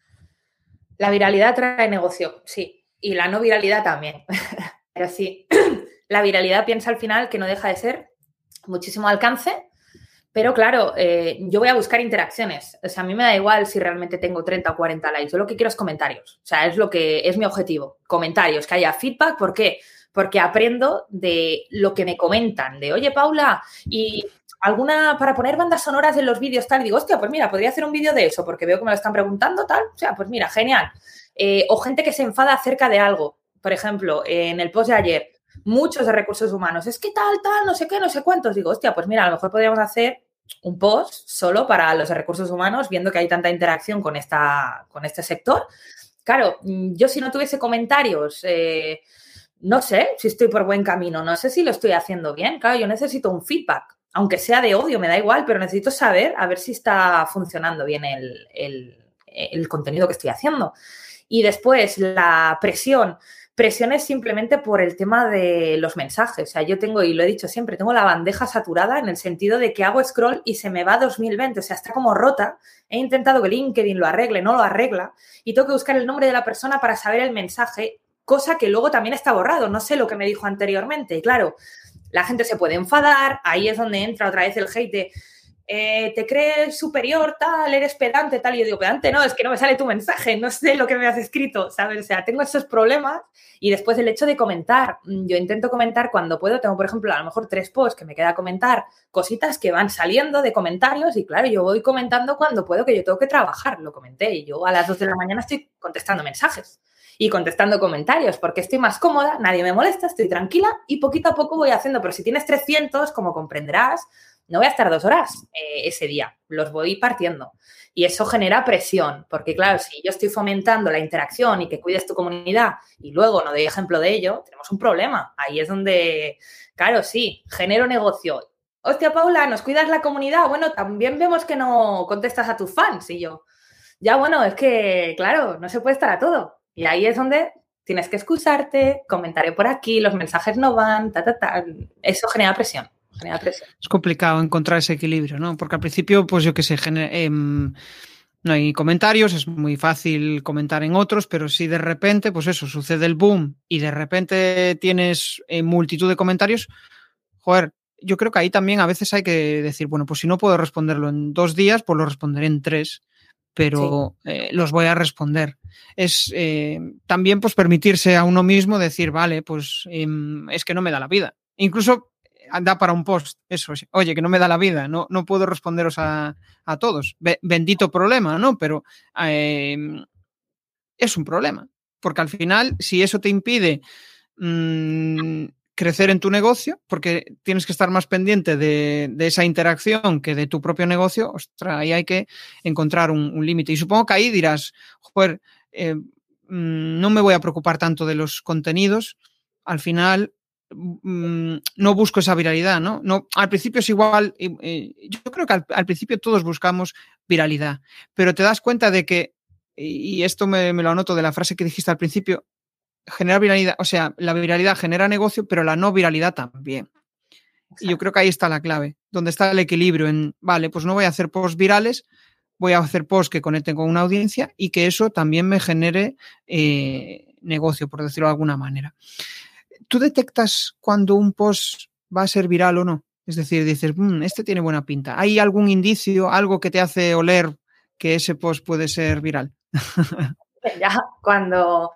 La viralidad trae negocio, sí. Y la no viralidad también. Pero sí, la viralidad piensa al final que no deja de ser muchísimo alcance. Pero claro, eh, yo voy a buscar interacciones. O sea, a mí me da igual si realmente tengo treinta o cuarenta likes. Yo lo que quiero es comentarios. O sea, es lo que es mi objetivo. Comentarios, que haya feedback. ¿Por qué? Porque aprendo de lo que me comentan. De, oye, Paula, y alguna para poner bandas sonoras en los vídeos, tal. Y digo, hostia, pues mira, podría hacer un vídeo de eso porque veo que me lo están preguntando, tal. O sea, pues mira, genial. Eh, o gente que se enfada acerca de algo. Por ejemplo, en el post de ayer, muchos de recursos humanos, es que tal, tal, no sé qué, no sé cuántos. Digo, hostia, pues mira, a lo mejor podríamos hacer un post solo para los de recursos humanos, viendo que hay tanta interacción con, esta, con este sector. Claro, yo si no tuviese comentarios, eh, no sé si estoy por buen camino, no sé si lo estoy haciendo bien. Claro, yo necesito un feedback, aunque sea de odio, me da igual, pero necesito saber a ver si está funcionando bien el, el, el contenido que estoy haciendo. Y después, la presión. Presión es simplemente por el tema de los mensajes. O sea, yo tengo, y lo he dicho siempre, tengo la bandeja saturada en el sentido de que hago scroll y se me va dos mil veinte. O sea, está como rota. He intentado que LinkedIn lo arregle, no lo arregla. Y tengo que buscar el nombre de la persona para saber el mensaje, cosa que luego también está borrado. No sé lo que me dijo anteriormente. Y claro, la gente se puede enfadar. Ahí es donde entra otra vez el hate de... Eh, te crees superior, tal, eres pedante, tal, y yo digo, pedante, no, es que no me sale tu mensaje, no sé lo que me has escrito, ¿sabes? O sea, tengo esos problemas y después el hecho de comentar, yo intento comentar cuando puedo, tengo, por ejemplo, a lo mejor tres posts que me queda comentar cositas que van saliendo de comentarios y claro, yo voy comentando cuando puedo, que yo tengo que trabajar, lo comenté, y yo a las dos de la mañana estoy contestando mensajes y contestando comentarios porque estoy más cómoda, nadie me molesta, estoy tranquila y poquito a poco voy haciendo, pero si tienes trescientos, como comprenderás, no voy a estar dos horas eh, ese día, los voy partiendo. Y eso genera presión, porque claro, si yo estoy fomentando la interacción y que cuides tu comunidad y luego no doy ejemplo de ello, tenemos un problema. Ahí es donde, claro, sí, genero negocio. Hostia, Paula, ¿nos cuidas la comunidad? Bueno, también vemos que no contestas a tus fans. Y yo, ya bueno, es que, claro, no se puede estar a todo. Y ahí es donde tienes que excusarte, comentaré por aquí, los mensajes no van, ta, ta, ta. Eso genera presión. Es complicado encontrar ese equilibrio, ¿no? Porque al principio, pues yo qué sé, eh, no hay comentarios, es muy fácil comentar en otros, pero si de repente, pues eso, sucede el boom y de repente tienes eh, multitud de comentarios, joder, yo creo que ahí también a veces hay que decir, bueno, pues si no puedo responderlo en dos días, pues lo responderé en tres, pero sí. eh, los voy a responder. Es eh, también pues permitirse a uno mismo decir, vale, pues eh, es que no me da la vida. Incluso da para un post, eso, oye, que no me da la vida, no, no puedo responderos a, a todos. Be- bendito problema, ¿no? Pero eh, es un problema, porque al final, si eso te impide mmm, crecer en tu negocio, porque tienes que estar más pendiente de, de esa interacción que de tu propio negocio, ostras, ahí hay que encontrar un, un límite. Y supongo que ahí dirás, joder, eh, no me voy a preocupar tanto de los contenidos, al final no busco esa viralidad, ¿no? no al principio es igual, eh, yo creo que al, al principio todos buscamos viralidad, pero te das cuenta de que y, y esto me, me lo anoto de la frase que dijiste al principio, generar viralidad, o sea, la viralidad genera negocio, pero la no viralidad también. Exacto. Y yo creo que ahí está la clave, donde está el equilibrio en, vale, pues no voy a hacer posts virales, voy a hacer posts que conecten con una audiencia y que eso también me genere eh, negocio, por decirlo de alguna manera. ¿Tú detectas cuando un post va a ser viral o no? Es decir, dices, mmm, este tiene buena pinta. ¿Hay algún indicio, algo que te hace oler que ese post puede ser viral? Ya, cuando,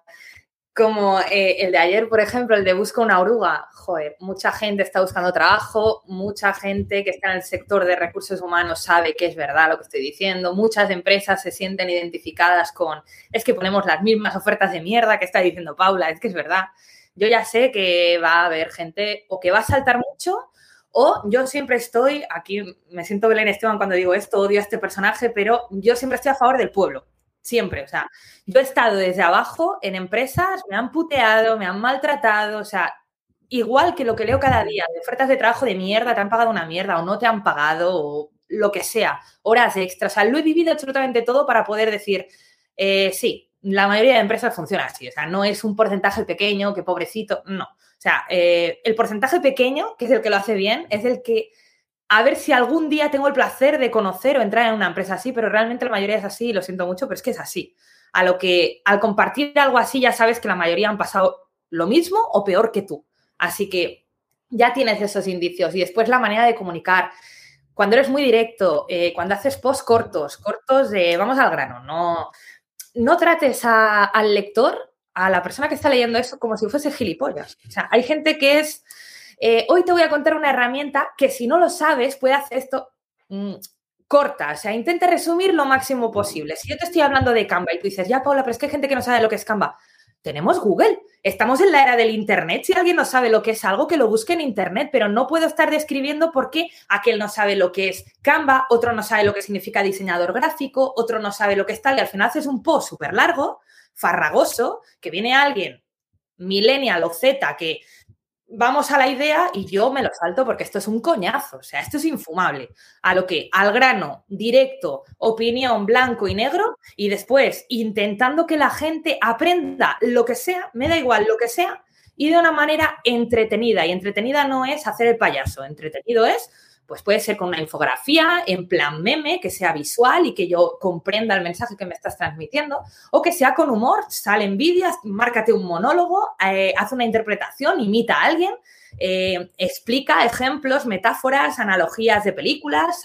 como eh, el de ayer, por ejemplo, el de busca una oruga, joder, mucha gente está buscando trabajo, mucha gente que está en el sector de recursos humanos sabe que es verdad lo que estoy diciendo, muchas empresas se sienten identificadas con, es que ponemos las mismas ofertas de mierda que está diciendo Paula, es que es verdad. Yo ya sé que va a haber gente o que va a saltar mucho o yo siempre estoy, aquí me siento Belén Esteban cuando digo esto, odio a este personaje, pero yo siempre estoy a favor del pueblo. Siempre, o sea, yo he estado desde abajo en empresas, me han puteado, me han maltratado, o sea, igual que lo que leo cada día, de ofertas de trabajo de mierda, te han pagado una mierda o no te han pagado o lo que sea, horas extras, o sea, lo he vivido absolutamente todo para poder decir, eh, sí, la mayoría de empresas funciona así, o sea, no es un porcentaje pequeño, que pobrecito, no. O sea, eh, el porcentaje pequeño, que es el que lo hace bien, es el que a ver si algún día tengo el placer de conocer o entrar en una empresa así, pero realmente la mayoría es así, lo siento mucho, pero es que es así. A lo que al compartir algo así ya sabes que la mayoría han pasado lo mismo o peor que tú. Así que ya tienes esos indicios. Y después la manera de comunicar. Cuando eres muy directo, eh, cuando haces posts cortos, cortos de vamos al grano, no, no trates a, al lector, a la persona que está leyendo eso, como si fuese gilipollas. O sea, hay gente que es... Eh, hoy te voy a contar una herramienta que si no lo sabes puede hacer esto mmm, corta, o sea, intenta resumir lo máximo posible. Si yo te estoy hablando de Canva y tú dices, ya Paula, pero es que hay gente que no sabe lo que es Canva. Tenemos Google, estamos en la era del Internet. Si alguien no sabe lo que es algo, que lo busque en Internet, pero no puedo estar describiendo por qué aquel no sabe lo que es Canva, otro no sabe lo que significa diseñador gráfico, otro no sabe lo que es tal, y al final haces un post súper largo, farragoso, que viene alguien, millennial o Z, que vamos a la idea y yo me lo salto porque esto es un coñazo, o sea, esto es infumable. A lo que, al grano, directo, opinión blanco y negro y después intentando que la gente aprenda lo que sea, me da igual lo que sea, y de una manera entretenida. Y entretenida no es hacer el payaso, entretenido es, pues puede ser con una infografía en plan meme, que sea visual y que yo comprenda el mensaje que me estás transmitiendo, o que sea con humor, sale en vídeo, márcate un monólogo, eh, haz una interpretación, imita a alguien, eh, explica ejemplos, metáforas, analogías de películas,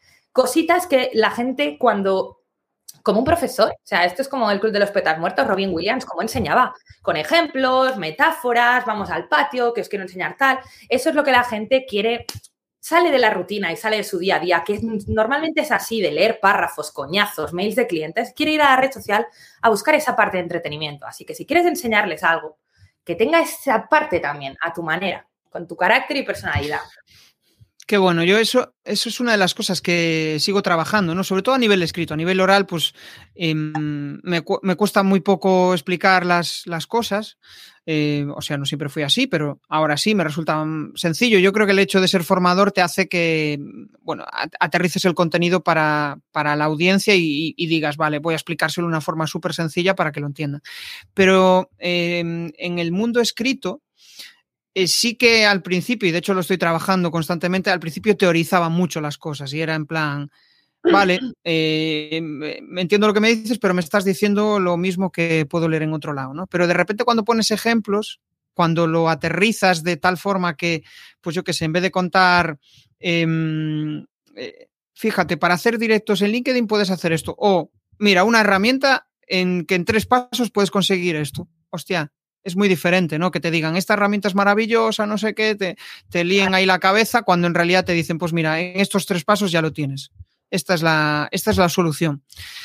cositas que la gente cuando... Como un profesor, o sea, esto es como el Club de los Poetas Muertos, Robin Williams, como enseñaba, con ejemplos, metáforas, vamos al patio, que os quiero enseñar tal. Eso es lo que la gente quiere... Sale de la rutina y sale de su día a día, que normalmente es así, de leer párrafos, coñazos, mails de clientes, quiere ir a la red social a buscar esa parte de entretenimiento. Así que si quieres enseñarles algo, que tenga esa parte también a tu manera, con tu carácter y personalidad. Qué bueno, yo eso, eso es una de las cosas que sigo trabajando, ¿no? Sobre todo a nivel escrito, a nivel oral, pues eh, me, cu me cuesta muy poco explicar las, las cosas. Eh, o sea, no siempre fui así, pero ahora sí me resulta sencillo. Yo creo que el hecho de ser formador te hace que, bueno, aterrices el contenido para, para la audiencia y, y digas, vale, voy a explicárselo de una forma súper sencilla para que lo entiendan. Pero eh, en el mundo escrito, Eh, sí que al principio, y de hecho lo estoy trabajando constantemente, al principio teorizaba mucho las cosas y era en plan, vale, eh, me entiendo lo que me dices, pero me estás diciendo lo mismo que puedo leer en otro lado, ¿no? Pero de repente cuando pones ejemplos, cuando lo aterrizas de tal forma que, pues yo qué sé, en vez de contar, eh, eh, fíjate, para hacer directos en LinkedIn puedes hacer esto, o mira, una herramienta en que en tres pasos puedes conseguir esto. Hostia, es muy diferente, ¿no? Que te digan, esta herramienta es maravillosa, no sé qué, te, te líen ahí la cabeza, cuando en realidad te dicen, pues mira, en estos tres pasos ya lo tienes. Esta es la, esta es la solución.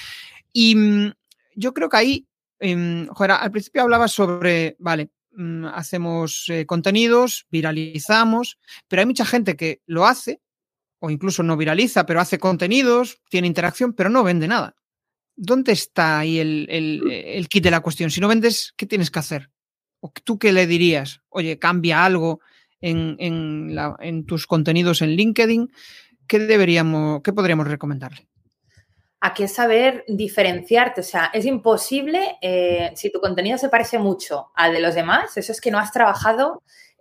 Y mmm, yo creo que ahí, eh, joder, al principio hablabas sobre, vale, mmm, hacemos eh, contenidos, viralizamos, pero hay mucha gente que lo hace, o incluso no viraliza, pero hace contenidos, tiene interacción, pero no vende nada. ¿Dónde está ahí el, el, el kit de la cuestión? Si no vendes, ¿qué tienes que hacer? ¿O tú qué le dirías? Oye, cambia algo en, en, la, en tus contenidos en LinkedIn. ¿Qué deberíamos, qué podríamos recomendarle? Aquí es saber diferenciarte, o sea, es imposible, eh, si tu contenido se parece mucho al de los demás, eso es que no has trabajado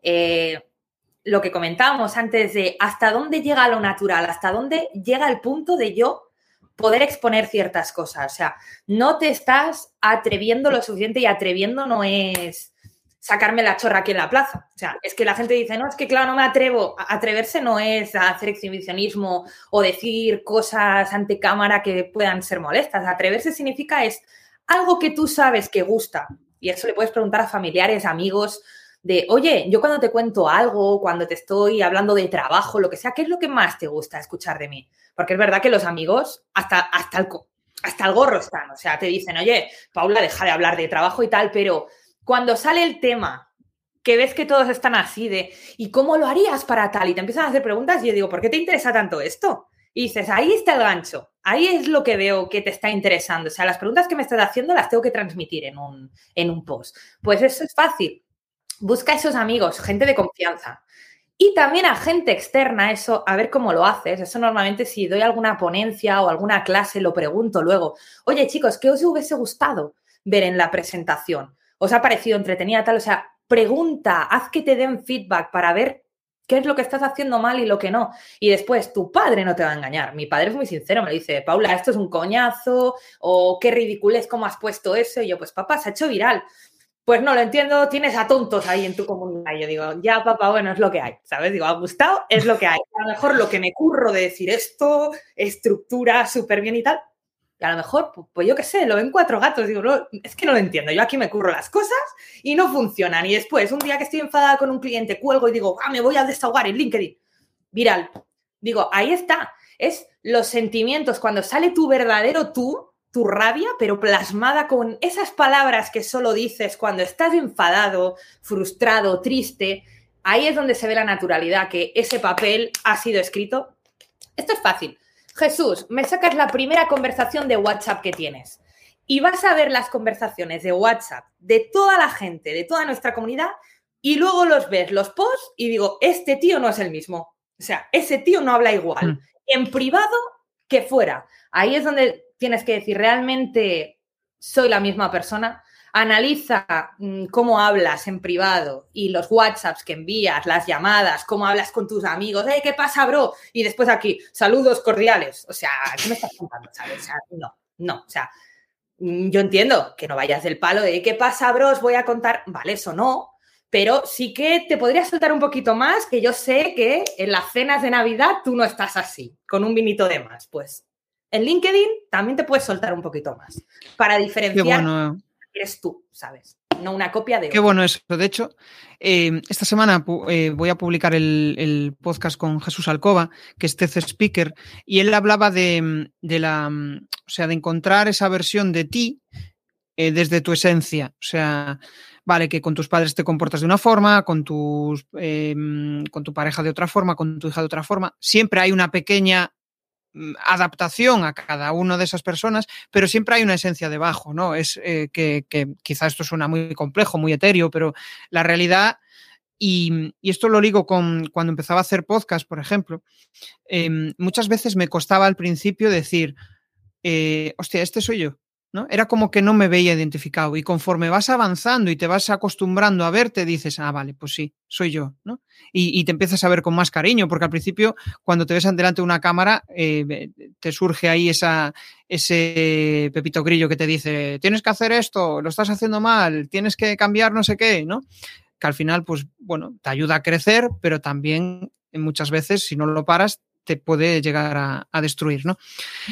eh, lo que comentábamos antes de hasta dónde llega lo natural, hasta dónde llega el punto de yo poder exponer ciertas cosas, o sea, no te estás atreviendo lo suficiente y atreviendo no es sacarme la chorra aquí en la plaza. O sea, es que la gente dice, no, es que claro, no me atrevo. Atreverse no es hacer exhibicionismo o decir cosas ante cámara que puedan ser molestas. Atreverse significa es algo que tú sabes que gusta. Y eso le puedes preguntar a familiares, amigos, de, oye, yo cuando te cuento algo, cuando te estoy hablando de trabajo, lo que sea, ¿qué es lo que más te gusta escuchar de mí? Porque es verdad que los amigos hasta, hasta, el, hasta el gorro están. O sea, te dicen, oye, Paula, deja de hablar de trabajo y tal, pero cuando sale el tema, que ves que todos están así de ¿y cómo lo harías para tal? Y te empiezan a hacer preguntas y yo digo, ¿por qué te interesa tanto esto? Y dices, ahí está el gancho, ahí es lo que veo que te está interesando. O sea, las preguntas que me estás haciendo las tengo que transmitir en un, en un post. Pues eso es fácil. Busca a esos amigos, gente de confianza. Y también a gente externa, eso, a ver cómo lo haces. Eso normalmente si doy alguna ponencia o alguna clase lo pregunto luego. Oye, chicos, ¿qué os hubiese gustado ver en la presentación? ¿Os ha parecido entretenida tal? O sea, pregunta, haz que te den feedback para ver qué es lo que estás haciendo mal y lo que no. Y después, tu padre no te va a engañar. Mi padre es muy sincero, me dice, Paula, esto es un coñazo, o qué ridículo es cómo has puesto eso. Y yo, pues papá, se ha hecho viral. Pues no lo entiendo, tienes a tontos ahí en tu comunidad. Y yo digo, ya papá, bueno, es lo que hay, ¿sabes? Digo, ha gustado, es lo que hay. A lo mejor lo que me curro de decir esto, estructura súper bien y tal, y a lo mejor, pues, pues yo qué sé, lo ven cuatro gatos. Digo, no, es que no lo entiendo. Yo aquí me curro las cosas y no funcionan. Y después, un día que estoy enfadada con un cliente, cuelgo y digo, ah, me voy a desahogar en LinkedIn. Viral. Digo, ahí está. Es los sentimientos. Cuando sale tu verdadero tú, tu rabia, pero plasmada con esas palabras que solo dices cuando estás enfadado, frustrado, triste, ahí es donde se ve la naturalidad, que ese papel ha sido escrito. Esto es fácil. Jesús, me sacas la primera conversación de WhatsApp que tienes y vas a ver las conversaciones de WhatsApp de toda la gente, de toda nuestra comunidad y luego los ves, los posts y digo, este tío no es el mismo. O sea, ese tío no habla igual. Mm. En privado que fuera. Ahí es donde tienes que decir, ¿realmente soy la misma persona? Analiza mmm, cómo hablas en privado y los WhatsApps que envías, las llamadas, cómo hablas con tus amigos. ¡Eh, qué pasa, bro! Y después aquí, saludos cordiales. O sea, ¿qué me estás contando? ¿Sabes? O sea, no, no. O sea, yo entiendo que no vayas del palo de ¿qué pasa, bro? Os voy a contar. Vale, eso no. Pero sí que te podría soltar un poquito más, que yo sé que en las cenas de Navidad tú no estás así, con un vinito de más. Pues en LinkedIn también te puedes soltar un poquito más para diferenciar. Qué bueno. Eres tú, ¿sabes? No una copia de Qué otro. bueno eso. De hecho, eh, esta semana eh, voy a publicar el, el podcast con Jesús Alcoba, que es T E D Speaker, y él hablaba de, de la, o sea, de encontrar esa versión de ti eh, desde tu esencia. O sea, vale, que con tus padres te comportas de una forma, con tus, eh, con tu pareja de otra forma, con tu hija de otra forma. Siempre hay una pequeña adaptación a cada una de esas personas, pero siempre hay una esencia debajo, ¿no? Es eh, que, que quizá esto suena muy complejo, muy etéreo, pero la realidad, y, y esto lo ligo con cuando empezaba a hacer podcast, por ejemplo, eh, muchas veces me costaba al principio decir, eh, hostia, este soy yo, ¿no? Era como que no me veía identificado, y conforme vas avanzando y te vas acostumbrando a verte, dices, ah, vale, pues sí, soy yo, ¿no? Y, y te empiezas a ver con más cariño, porque al principio, cuando te ves delante de una cámara, eh, te surge ahí esa, ese pepito grillo que te dice, tienes que hacer esto, lo estás haciendo mal, tienes que cambiar no sé qué, ¿no? Que al final, pues, bueno, te ayuda a crecer, pero también muchas veces, si no lo paras, te puede llegar a, a destruir, ¿no?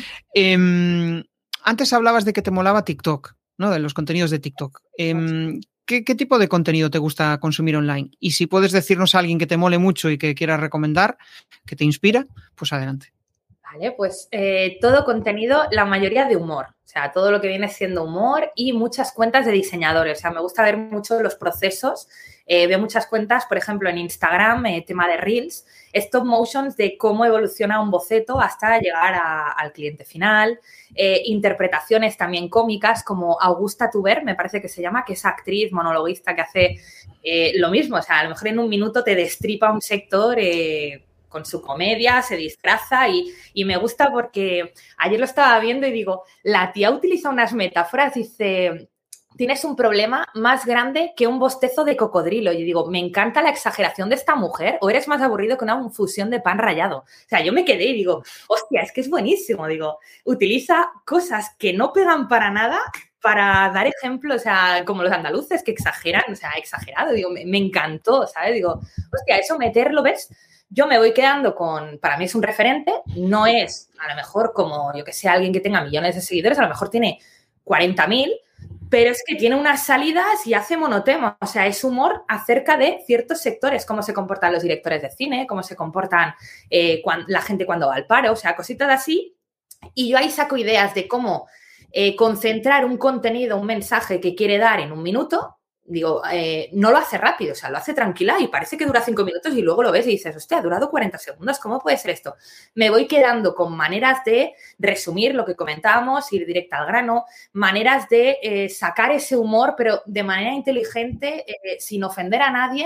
Eh, Antes hablabas de que te molaba TikTok, ¿no? De los contenidos de TikTok. Eh, ¿qué, ¿Qué tipo de contenido te gusta consumir online? Y si puedes decirnos a alguien que te mole mucho y que quieras recomendar, que te inspira, pues adelante. Vale, pues eh, todo contenido, la mayoría de humor. O sea, todo lo que viene siendo humor y muchas cuentas de diseñadores. O sea, me gusta ver mucho los procesos. Eh, veo muchas cuentas, por ejemplo, en Instagram, eh, tema de Reels, stop motions de cómo evoluciona un boceto hasta llegar a, al cliente final. Eh, interpretaciones también cómicas como Augusta Tuber, me parece que se llama, que es actriz monologuista que hace eh, lo mismo. O sea, a lo mejor en un minuto te destripa un sector eh, con su comedia, se disfraza y, y me gusta porque ayer lo estaba viendo y digo, la tía utiliza unas metáforas, dice, tienes un problema más grande que un bostezo de cocodrilo. Y digo, me encanta la exageración de esta mujer o eres más aburrido que una fusión de pan rallado. O sea, yo me quedé y digo, hostia, es que es buenísimo. Digo, utiliza cosas que no pegan para nada para dar ejemplos, o sea, como los andaluces que exageran, o sea, exagerado, digo, me, me encantó, ¿sabes? Digo, hostia, eso meterlo, ¿ves? Yo me voy quedando con, para mí es un referente, no es a lo mejor como, yo que sé, alguien que tenga millones de seguidores, a lo mejor tiene cuarenta mil, pero es que tiene unas salidas y hace monotema, o sea, es humor acerca de ciertos sectores, cómo se comportan los directores de cine, cómo se comportan eh, cuando, la gente cuando va al paro, o sea, cositas así, y yo ahí saco ideas de cómo Eh, concentrar un contenido, un mensaje que quiere dar en un minuto, digo, eh, no lo hace rápido, o sea, lo hace tranquila y parece que dura cinco minutos y luego lo ves y dices, hostia, ha durado cuarenta segundos, ¿cómo puede ser esto? Me voy quedando con maneras de resumir lo que comentábamos, ir directa al grano, maneras de eh, sacar ese humor, pero de manera inteligente, eh, sin ofender a nadie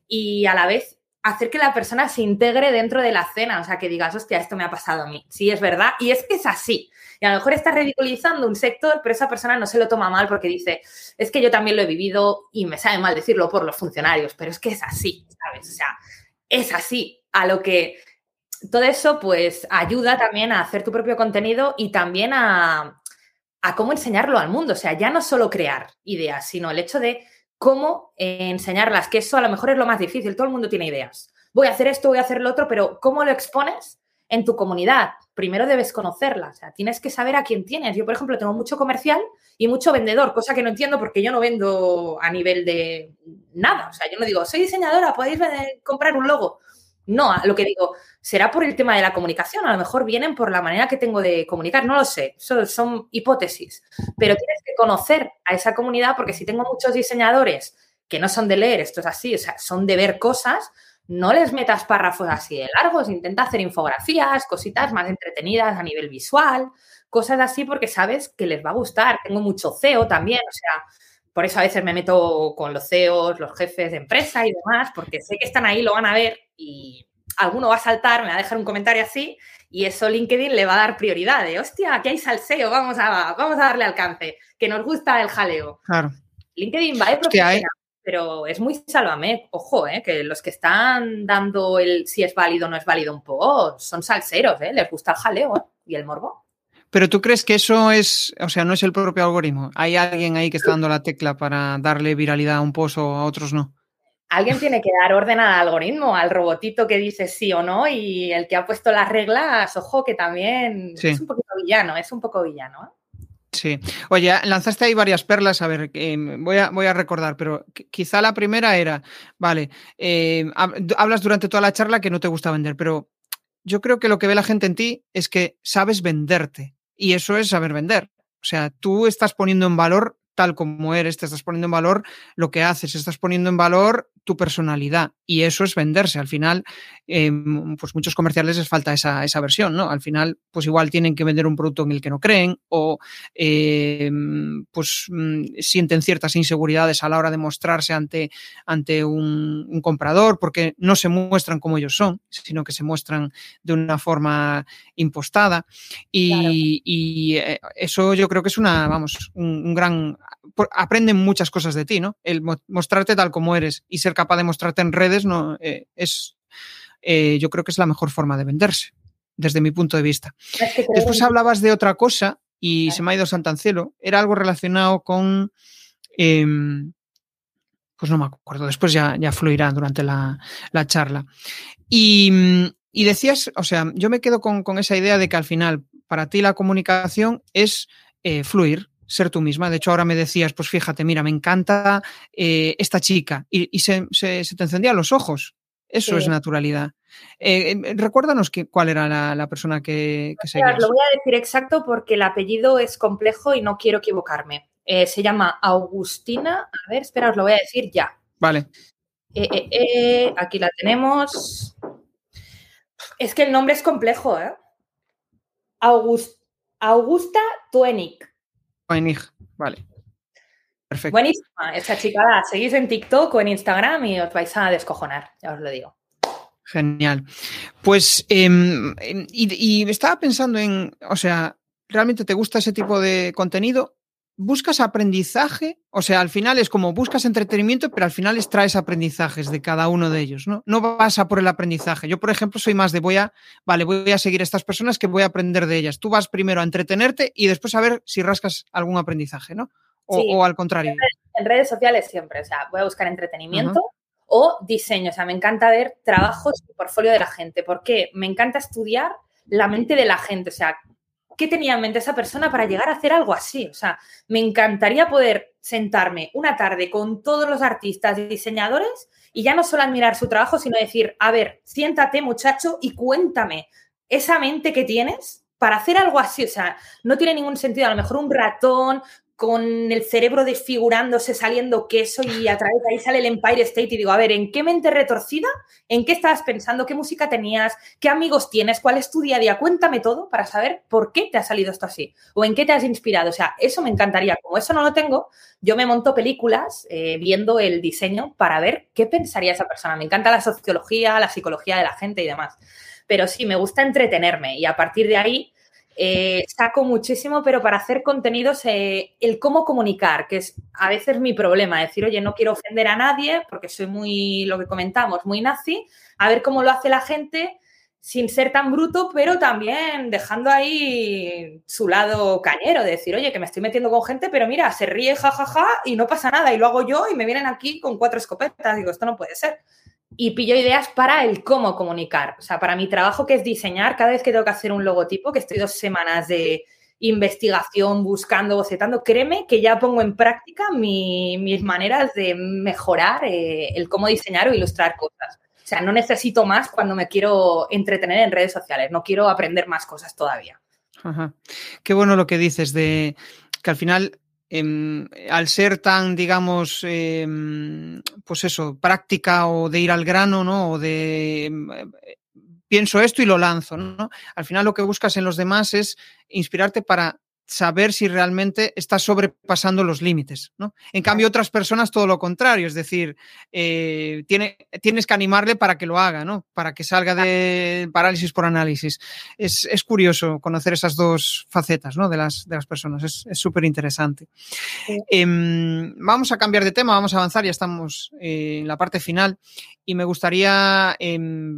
y a la vez hacer que la persona se integre dentro de la cena, o sea, que digas, hostia, esto me ha pasado a mí. Sí, es verdad, y es que es así. Y a lo mejor estás ridiculizando un sector, pero esa persona no se lo toma mal porque dice, es que yo también lo he vivido y me sabe mal decirlo por los funcionarios, pero es que es así, ¿sabes? O sea, es así. A lo que todo eso, pues, ayuda también a hacer tu propio contenido y también a, a cómo enseñarlo al mundo. O sea, ya no solo crear ideas, sino el hecho de cómo eh, enseñarlas, que eso a lo mejor es lo más difícil. Todo el mundo tiene ideas. Voy a hacer esto, voy a hacer lo otro, pero ¿cómo lo expones en tu comunidad? Primero debes conocerla, o sea, tienes que saber a quién tienes. Yo, por ejemplo, tengo mucho comercial y mucho vendedor, cosa que no entiendo porque yo no vendo a nivel de nada. O sea, yo no digo, soy diseñadora, podéis vender, comprar un logo. No, lo que digo, será por el tema de la comunicación, a lo mejor vienen por la manera que tengo de comunicar, no lo sé, eso son hipótesis, pero tienes que conocer a esa comunidad porque si tengo muchos diseñadores que no son de leer, esto es así, o sea, son de ver cosas, no les metas párrafos así de largos, intenta hacer infografías, cositas más entretenidas a nivel visual, cosas así porque sabes que les va a gustar. Tengo mucho C E O también, o sea, por eso a veces me meto con los C E Os, los jefes de empresa y demás, porque sé que están ahí, lo van a ver y alguno va a saltar, me va a dejar un comentario así y eso LinkedIn le va a dar prioridad de, hostia, aquí hay salseo, vamos a, vamos a darle alcance, que nos gusta el jaleo. Claro. LinkedIn va de profesional, pero es muy sálvame. Ojo, eh, que los que están dando el si es válido o no es válido un poco son salseros, eh, les gusta el jaleo eh, y el morbo. Pero ¿tú crees que eso es, o sea, no es el propio algoritmo? ¿Hay alguien ahí que está dando la tecla para darle viralidad a un post o a otros no? Alguien tiene que dar orden al algoritmo, al robotito que dice sí o no y el que ha puesto las reglas, ojo, que también sí. Es un poquito villano, es un poco villano, ¿eh? Sí. Oye, lanzaste ahí varias perlas, a ver, eh, voy, a, voy a recordar, pero quizá la primera era, vale, eh, hablas durante toda la charla que no te gusta vender, pero yo creo que lo que ve la gente en ti es que sabes venderte y eso es saber vender. O sea, tú estás poniendo en valor tal como eres, te estás poniendo en valor lo que haces, estás poniendo en valor tu personalidad y eso es venderse. Al final, eh, pues muchos comerciales les falta esa, esa versión, ¿no? Al final, pues igual tienen que vender un producto en el que no creen o eh, pues mmm, sienten ciertas inseguridades a la hora de mostrarse ante, ante un, un comprador porque no se muestran como ellos son, sino que se muestran de una forma impostada y, claro. y eh, eso yo creo que es una, vamos, un, un gran... aprenden muchas cosas de ti, ¿no? El mostrarte tal como eres y ser capaz de mostrarte en redes no eh, es eh, yo creo que es la mejor forma de venderse desde mi punto de vista. Es que después hablabas de otra cosa y claro. se me ha ido Santancielo, era algo relacionado con eh, pues no me acuerdo, después ya, ya fluirá durante la, la charla y, y decías, o sea, yo me quedo con, con esa idea de que al final para ti la comunicación es eh, fluir, ser tú misma. De hecho, ahora me decías, pues fíjate, mira, me encanta eh, esta chica y, y se, se, se te encendían los ojos. Eso sí. Es naturalidad. Eh, eh, recuérdanos que, cuál era la, la persona que, que seguías. Lo voy a decir exacto porque el apellido es complejo y no quiero equivocarme. Eh, se llama Agustina. A ver, espera, os lo voy a decir ya. Vale. Eh, eh, eh, aquí la tenemos. Es que el nombre es complejo, ¿eh? August, Augusta Tuenig. Tuenig, vale. Perfecto. Buenísima. Esa chica la seguís en TikTok o en Instagram y os vais a descojonar, ya os lo digo. Genial. Pues, eh, y, y estaba pensando en, o sea, ¿realmente te gusta ese tipo de contenido? ¿Buscas aprendizaje? O sea, al final es como buscas entretenimiento, pero al final extraes aprendizajes de cada uno de ellos, ¿no? No vas a por el aprendizaje. Yo, por ejemplo, soy más de voy a, vale, voy a seguir a estas personas que voy a aprender de ellas. Tú vas primero a entretenerte y después a ver si rascas algún aprendizaje, ¿no? O, Sí, o al contrario. en redes sociales siempre, o sea, voy a buscar entretenimiento. Uh-huh. O diseño, o sea, me encanta ver trabajos y portfolio de la gente. ¿Por qué? Me encanta estudiar la mente de la gente, o sea, ¿qué tenía en mente esa persona para llegar a hacer algo así? O sea, me encantaría poder sentarme una tarde con todos los artistas y diseñadores y ya no solo admirar su trabajo, sino decir, a ver, siéntate, muchacho, y cuéntame esa mente que tienes para hacer algo así. O sea, no tiene ningún sentido. A lo mejor un ratón con el cerebro desfigurándose, saliendo queso y a través de ahí sale el Empire State y digo, a ver, ¿en qué mente retorcida? ¿En qué estabas pensando? ¿Qué música tenías? ¿Qué amigos tienes? ¿Cuál es tu día a día? Cuéntame todo para saber por qué te ha salido esto así o en qué te has inspirado. O sea, eso me encantaría. Como eso no lo tengo, yo me monto películas eh, viendo el diseño para ver qué pensaría esa persona. Me encanta la sociología, la psicología de la gente y demás. Pero sí, me gusta entretenerme y a partir de ahí Eh, saco muchísimo, pero para hacer contenidos, eh, el cómo comunicar, que es a veces mi problema, decir, oye, no quiero ofender a nadie porque soy muy, lo que comentamos, muy nazi, a ver cómo lo hace la gente sin ser tan bruto, pero también dejando ahí su lado cañero, de decir, oye, que me estoy metiendo con gente, pero mira, se ríe, jajaja, ja, ja, y no pasa nada, y lo hago yo y me vienen aquí con cuatro escopetas, digo, esto no puede ser. Y pillo ideas para el cómo comunicar. O sea, para mi trabajo, que es diseñar, cada vez que tengo que hacer un logotipo, que estoy dos semanas de investigación, buscando, bocetando, créeme que ya pongo en práctica mi, mis maneras de mejorar eh, el cómo diseñar o ilustrar cosas. O sea, no necesito más cuando me quiero entretener en redes sociales. No quiero aprender más cosas todavía. Ajá. Qué bueno lo que dices de que al final... Eh, al ser tan, digamos, eh, pues eso, práctica o de ir al grano, ¿no? O de eh, pienso esto y lo lanzo, ¿no? Al final lo que buscas en los demás es inspirarte para saber si realmente estás sobrepasando los límites, ¿no? En cambio, otras personas todo lo contrario, es decir, eh, tiene, tienes que animarle para que lo haga, ¿no? Para que salga de parálisis por análisis. Es, es curioso conocer esas dos facetas, ¿no? De las, de las personas, es súper interesante. Sí. Eh, vamos a cambiar de tema, vamos a avanzar, ya estamos eh, en la parte final y me gustaría... Eh,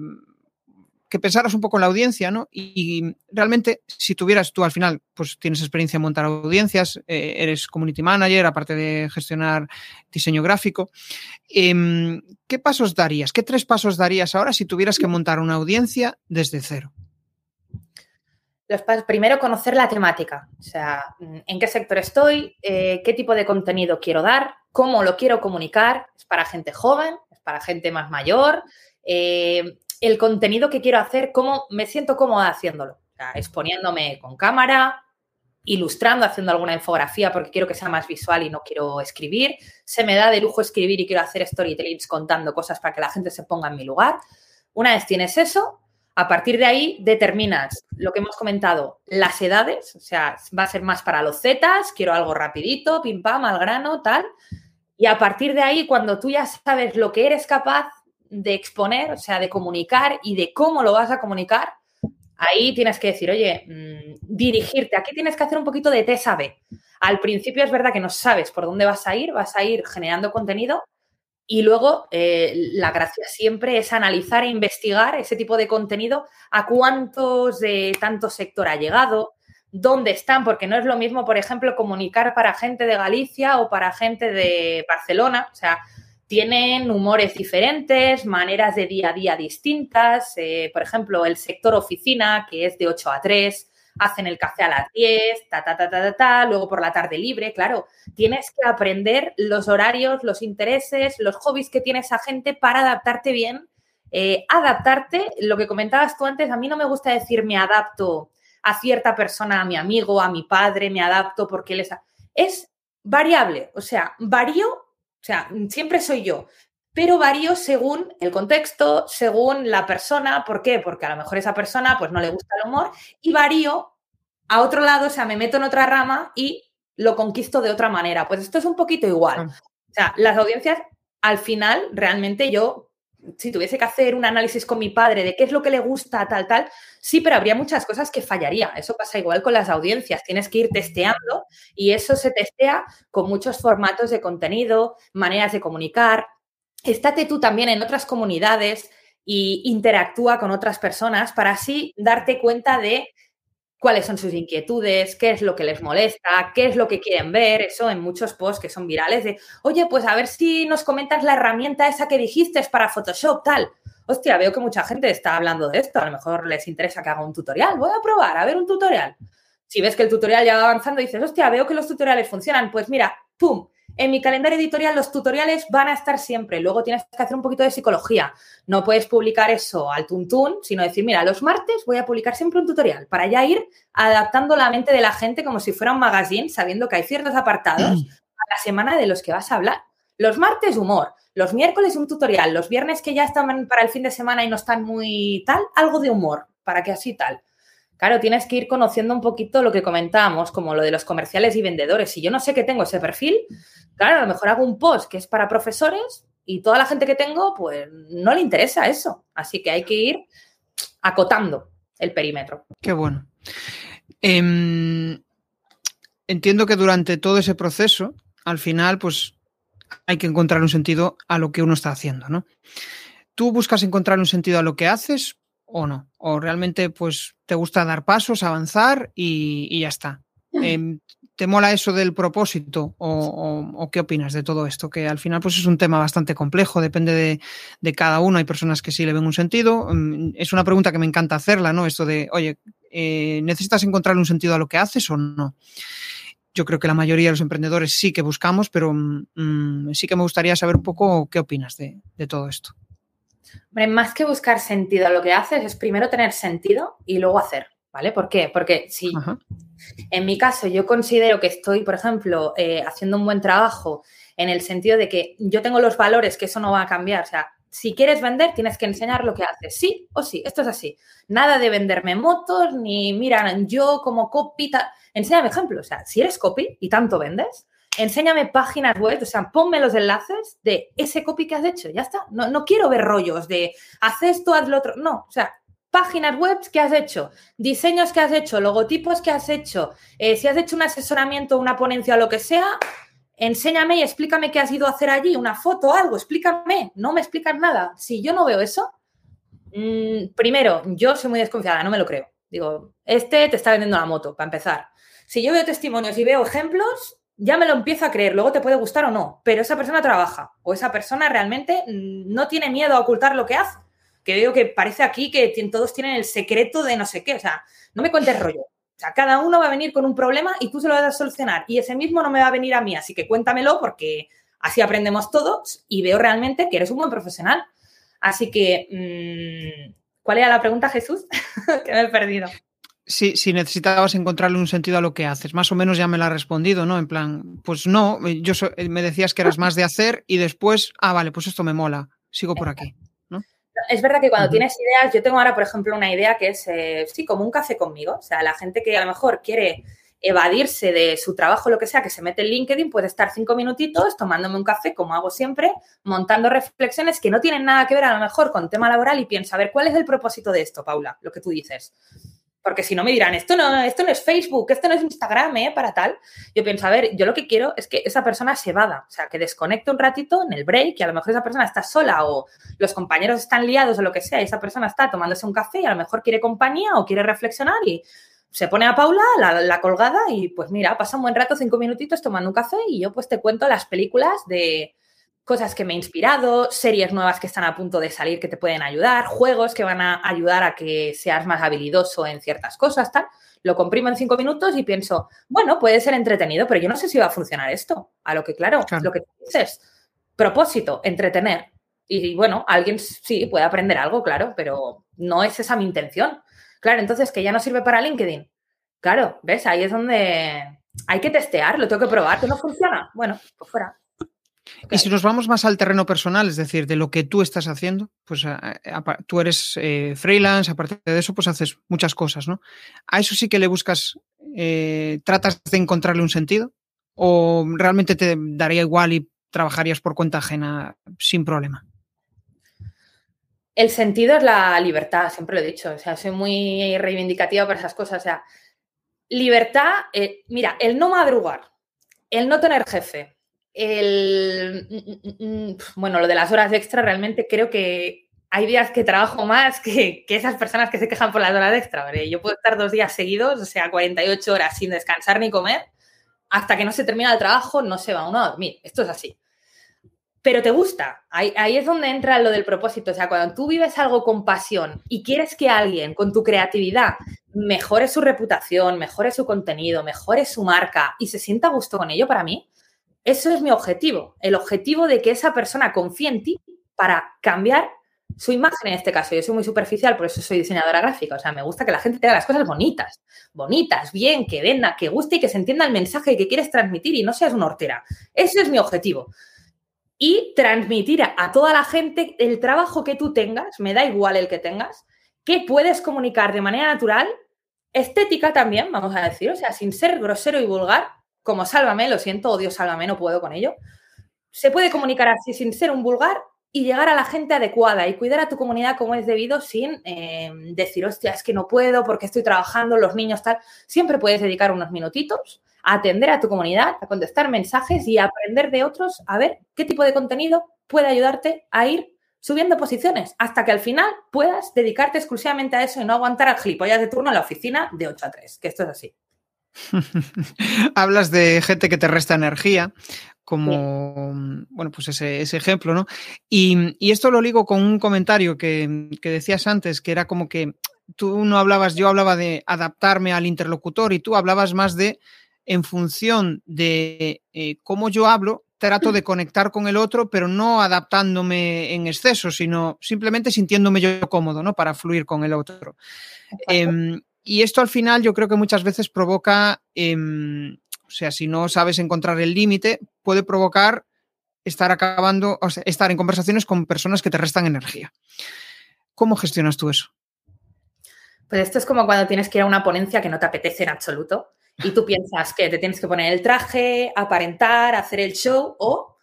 que pensaras un poco en la audiencia, ¿no? Y, y realmente, si tuvieras tú al final, pues tienes experiencia en montar audiencias, eh, eres community manager, aparte de gestionar diseño gráfico, eh, ¿qué pasos darías? ¿Qué tres pasos darías ahora si tuvieras que montar una audiencia desde cero? Los pasos, primero, conocer la temática, o sea, en qué sector estoy, eh, qué tipo de contenido quiero dar, cómo lo quiero comunicar, es para gente joven, es para gente más mayor, eh, el contenido que quiero hacer, cómo me siento cómoda haciéndolo, o sea, exponiéndome con cámara, ilustrando, haciendo alguna infografía porque quiero que sea más visual y no quiero escribir, se me da de lujo escribir y quiero hacer storytellings contando cosas para que la gente se ponga en mi lugar. Una vez tienes eso, a partir de ahí determinas lo que hemos comentado, las edades, o sea, va a ser más para los zetas, quiero algo rapidito, pim pam, al grano, tal, y a partir de ahí, cuando tú ya sabes lo que eres capaz de exponer, o sea, de comunicar y de cómo lo vas a comunicar, ahí tienes que decir, oye, mmm, dirigirte, aquí tienes que hacer un poquito de test A B. Al principio es verdad que no sabes por dónde vas a ir, vas a ir generando contenido y luego eh, la gracia siempre es analizar e investigar ese tipo de contenido, a cuántos de tanto sector ha llegado, dónde están, porque no es lo mismo, por ejemplo, comunicar para gente de Galicia o para gente de Barcelona, o sea, tienen humores diferentes, maneras de día a día distintas. Eh, por ejemplo, el sector oficina, que es de ocho a tres, hacen el café a las diez, ta, ta, ta, ta, ta, ta, luego por la tarde libre. Claro, tienes que aprender los horarios, los intereses, los hobbies que tiene esa gente para adaptarte bien. Eh, adaptarte, lo que comentabas tú antes, a mí no me gusta decir me adapto a cierta persona, a mi amigo, a mi padre, me adapto porque él es... Es variable, o sea, varío. O sea, siempre soy yo, pero varío según el contexto, según la persona. ¿Por qué? Porque a lo mejor esa persona pues no le gusta el humor y varío a otro lado, o sea, me meto en otra rama y lo conquisto de otra manera. Pues esto es un poquito igual. O sea, las audiencias, al final, realmente yo si tuviese que hacer un análisis con mi padre de qué es lo que le gusta, tal, tal, sí, pero habría muchas cosas que fallaría. Eso pasa igual con las audiencias. Tienes que ir testeando y eso se testea con muchos formatos de contenido, maneras de comunicar. Estate tú también en otras comunidades y interactúa con otras personas para así darte cuenta de cuáles son sus inquietudes, qué es lo que les molesta, qué es lo que quieren ver. Eso en muchos posts que son virales de, oye, pues a ver si nos comentas la herramienta esa que dijiste es para Photoshop, tal. Hostia, veo que mucha gente está hablando de esto. A lo mejor les interesa que haga un tutorial. Voy a probar, a ver un tutorial. Si ves que el tutorial ya va avanzando y dices, hostia, veo que los tutoriales funcionan, pues mira, ¡pum! En mi calendario editorial los tutoriales van a estar siempre. Luego tienes que hacer un poquito de psicología. No puedes publicar eso al tuntún, sino decir, mira, los martes voy a publicar siempre un tutorial para ya ir adaptando la mente de la gente como si fuera un magazine, sabiendo que hay ciertos apartados a la semana de los que vas a hablar. Los martes, humor. Los miércoles, un tutorial. Los viernes que ya están para el fin de semana y no están muy tal, algo de humor, para que así tal. Claro, tienes que ir conociendo un poquito lo que comentábamos, como lo de los comerciales y vendedores. Si yo no sé que tengo ese perfil, claro, a lo mejor hago un post que es para profesores y toda la gente que tengo, pues no le interesa eso. Así que hay que ir acotando el perímetro. Qué bueno. Eh, entiendo que durante todo ese proceso, al final, pues hay que encontrar un sentido a lo que uno está haciendo, ¿no? ¿Tú buscas encontrar un sentido a lo que haces o no? ¿O realmente pues te gusta dar pasos, avanzar y, y ya está? Eh, ¿Te mola eso del propósito o, o, o qué opinas de todo esto? Que al final pues es un tema bastante complejo, depende de, de cada uno. Hay personas que sí le ven un sentido. Es una pregunta que me encanta hacerla, ¿no? Esto de, oye, eh, ¿necesitas encontrar un sentido a lo que haces o no? Yo creo que la mayoría de los emprendedores sí que buscamos, pero mmm, sí que me gustaría saber un poco qué opinas de, de todo esto. Hombre, más que buscar sentido a lo que haces, es primero tener sentido y luego hacer, ¿vale? ¿Por qué? Porque si Ajá. en mi caso yo considero que estoy, por ejemplo, eh, haciendo un buen trabajo en el sentido de que yo tengo los valores, que eso no va a cambiar, o sea, si quieres vender, tienes que enseñar lo que haces, sí o sí, esto es así. Nada de venderme motos, ni mira, yo como copy, ta... enséñame ejemplos, o sea, si eres copy y tanto vendes, enséñame páginas web, o sea, ponme los enlaces de ese copy que has hecho, ya está. No, no quiero ver rollos de haz esto, haz lo otro, no, o sea, páginas web que has hecho, diseños que has hecho, logotipos que has hecho, eh, si has hecho un asesoramiento, una ponencia o lo que sea, enséñame y explícame qué has ido a hacer allí, una foto, algo, explícame, no me explicas nada. Si yo no veo eso, mmm, primero, yo soy muy desconfiada, no me lo creo. Digo, este te está vendiendo la moto, para empezar. Si yo veo testimonios y veo ejemplos, ya me lo empiezo a creer, luego te puede gustar o no, pero esa persona trabaja o esa persona realmente no tiene miedo a ocultar lo que hace. Que veo que parece aquí que todos tienen el secreto de no sé qué, o sea, no me cuentes rollo. O sea, cada uno va a venir con un problema y tú se lo vas a solucionar y ese mismo no me va a venir a mí, así que cuéntamelo porque así aprendemos todos y veo realmente que eres un buen profesional. Así que, mmm, ¿cuál era la pregunta, Jesús? Que me he perdido. Si, si necesitabas encontrarle un sentido a lo que haces, más o menos ya me la has respondido, ¿no? En plan, pues no, yo so, me decías que eras más de hacer y después, ah, vale, pues esto me mola, sigo por aquí, ¿no? Es verdad que cuando uh-huh. tienes ideas, yo tengo ahora, por ejemplo, una idea que es, eh, sí, como un café conmigo, o sea, la gente que a lo mejor quiere evadirse de su trabajo, lo que sea, que se mete en LinkedIn, puede estar cinco minutitos tomándome un café, como hago siempre, montando reflexiones que no tienen nada que ver a lo mejor con tema laboral y pienso, a ver, ¿cuál es el propósito de esto, Paula? Lo que tú dices. Porque si no me dirán, esto no, esto no es Facebook, esto no es Instagram, ¿eh? Para tal. Yo pienso, a ver, yo lo que quiero es que esa persona se vada, o sea, que desconecte un ratito en el break y a lo mejor esa persona está sola o los compañeros están liados o lo que sea y esa persona está tomándose un café y a lo mejor quiere compañía o quiere reflexionar y se pone a Paula la, la colgada y pues mira, pasa un buen rato, cinco minutitos tomando un café y yo pues te cuento las películas de cosas que me he inspirado, series nuevas que están a punto de salir que te pueden ayudar, juegos que van a ayudar a que seas más habilidoso en ciertas cosas, tal. Lo comprimo en cinco minutos y pienso, bueno, puede ser entretenido, pero yo no sé si va a funcionar esto. A lo que, claro, claro. lo que dices, propósito, entretener. Y, bueno, alguien sí puede aprender algo, claro, pero no es esa mi intención. Claro, entonces, que ya no sirve para LinkedIn. Claro, ¿ves? Ahí es donde hay que testear, lo tengo que probar, que no funciona. Bueno, pues fuera. Okay. Y si nos vamos más al terreno personal, es decir, de lo que tú estás haciendo, pues a, a, tú eres eh, freelance, aparte de eso, pues haces muchas cosas, ¿no? ¿A eso sí que le buscas, eh, tratas de encontrarle un sentido? ¿O realmente te daría igual y trabajarías por cuenta ajena sin problema? El sentido es la libertad, siempre lo he dicho. O sea, soy muy reivindicativa por esas cosas. O sea, libertad, eh, mira, el no madrugar, el no tener jefe, el... Bueno, lo de las horas extra, realmente creo que hay días que trabajo más que, que esas personas que se quejan por las horas extra. ¿Vale? Yo puedo estar dos días seguidos, o sea, cuarenta y ocho horas sin descansar ni comer, hasta que no se termina el trabajo, no se va uno a dormir. Esto es así. Pero te gusta. Ahí, ahí es donde entra lo del propósito. O sea, cuando tú vives algo con pasión y quieres que alguien con tu creatividad mejore su reputación, mejore su contenido, mejore su marca y se sienta a gusto con ello, para mí, eso es mi objetivo. El objetivo de que esa persona confíe en ti para cambiar su imagen en este caso. Yo soy muy superficial, por eso soy diseñadora gráfica. O sea, me gusta que la gente tenga las cosas bonitas, bonitas, bien, que venda, que guste y que se entienda el mensaje que quieres transmitir y no seas una hortera. Ese es mi objetivo. Y transmitir a toda la gente el trabajo que tú tengas, me da igual el que tengas, que puedes comunicar de manera natural, estética también, vamos a decir, o sea, sin ser grosero y vulgar, como Sálvame, lo siento, odio Sálvame, no puedo con ello, se puede comunicar así sin ser un vulgar y llegar a la gente adecuada y cuidar a tu comunidad como es debido sin eh, decir, hostia, es que no puedo porque estoy trabajando, los niños tal. Siempre puedes dedicar unos minutitos a atender a tu comunidad, a contestar mensajes y a aprender de otros a ver qué tipo de contenido puede ayudarte a ir subiendo posiciones hasta que al final puedas dedicarte exclusivamente a eso y no aguantar al gilipollas de turno en la oficina de ocho a tres, que esto es así. Hablas de gente que te resta energía, como, sí. Bueno, pues ese, ese ejemplo, ¿no? Y, y esto lo ligo con un comentario que, que decías antes, que era como que tú no hablabas, yo hablaba de adaptarme al interlocutor y tú hablabas más de, en función de eh, cómo yo hablo, trato de conectar con el otro, pero no adaptándome en exceso, sino simplemente sintiéndome yo cómodo, ¿no? Para fluir con el otro. Eh, y esto al final yo creo que muchas veces provoca, eh, o sea, si no sabes encontrar el límite, puede provocar estar acabando, o sea, estar en conversaciones con personas que te restan energía. ¿Cómo gestionas tú eso? Pues esto es como cuando tienes que ir a una ponencia que no te apetece en absoluto y tú piensas que te tienes que poner el traje, aparentar, hacer el show o...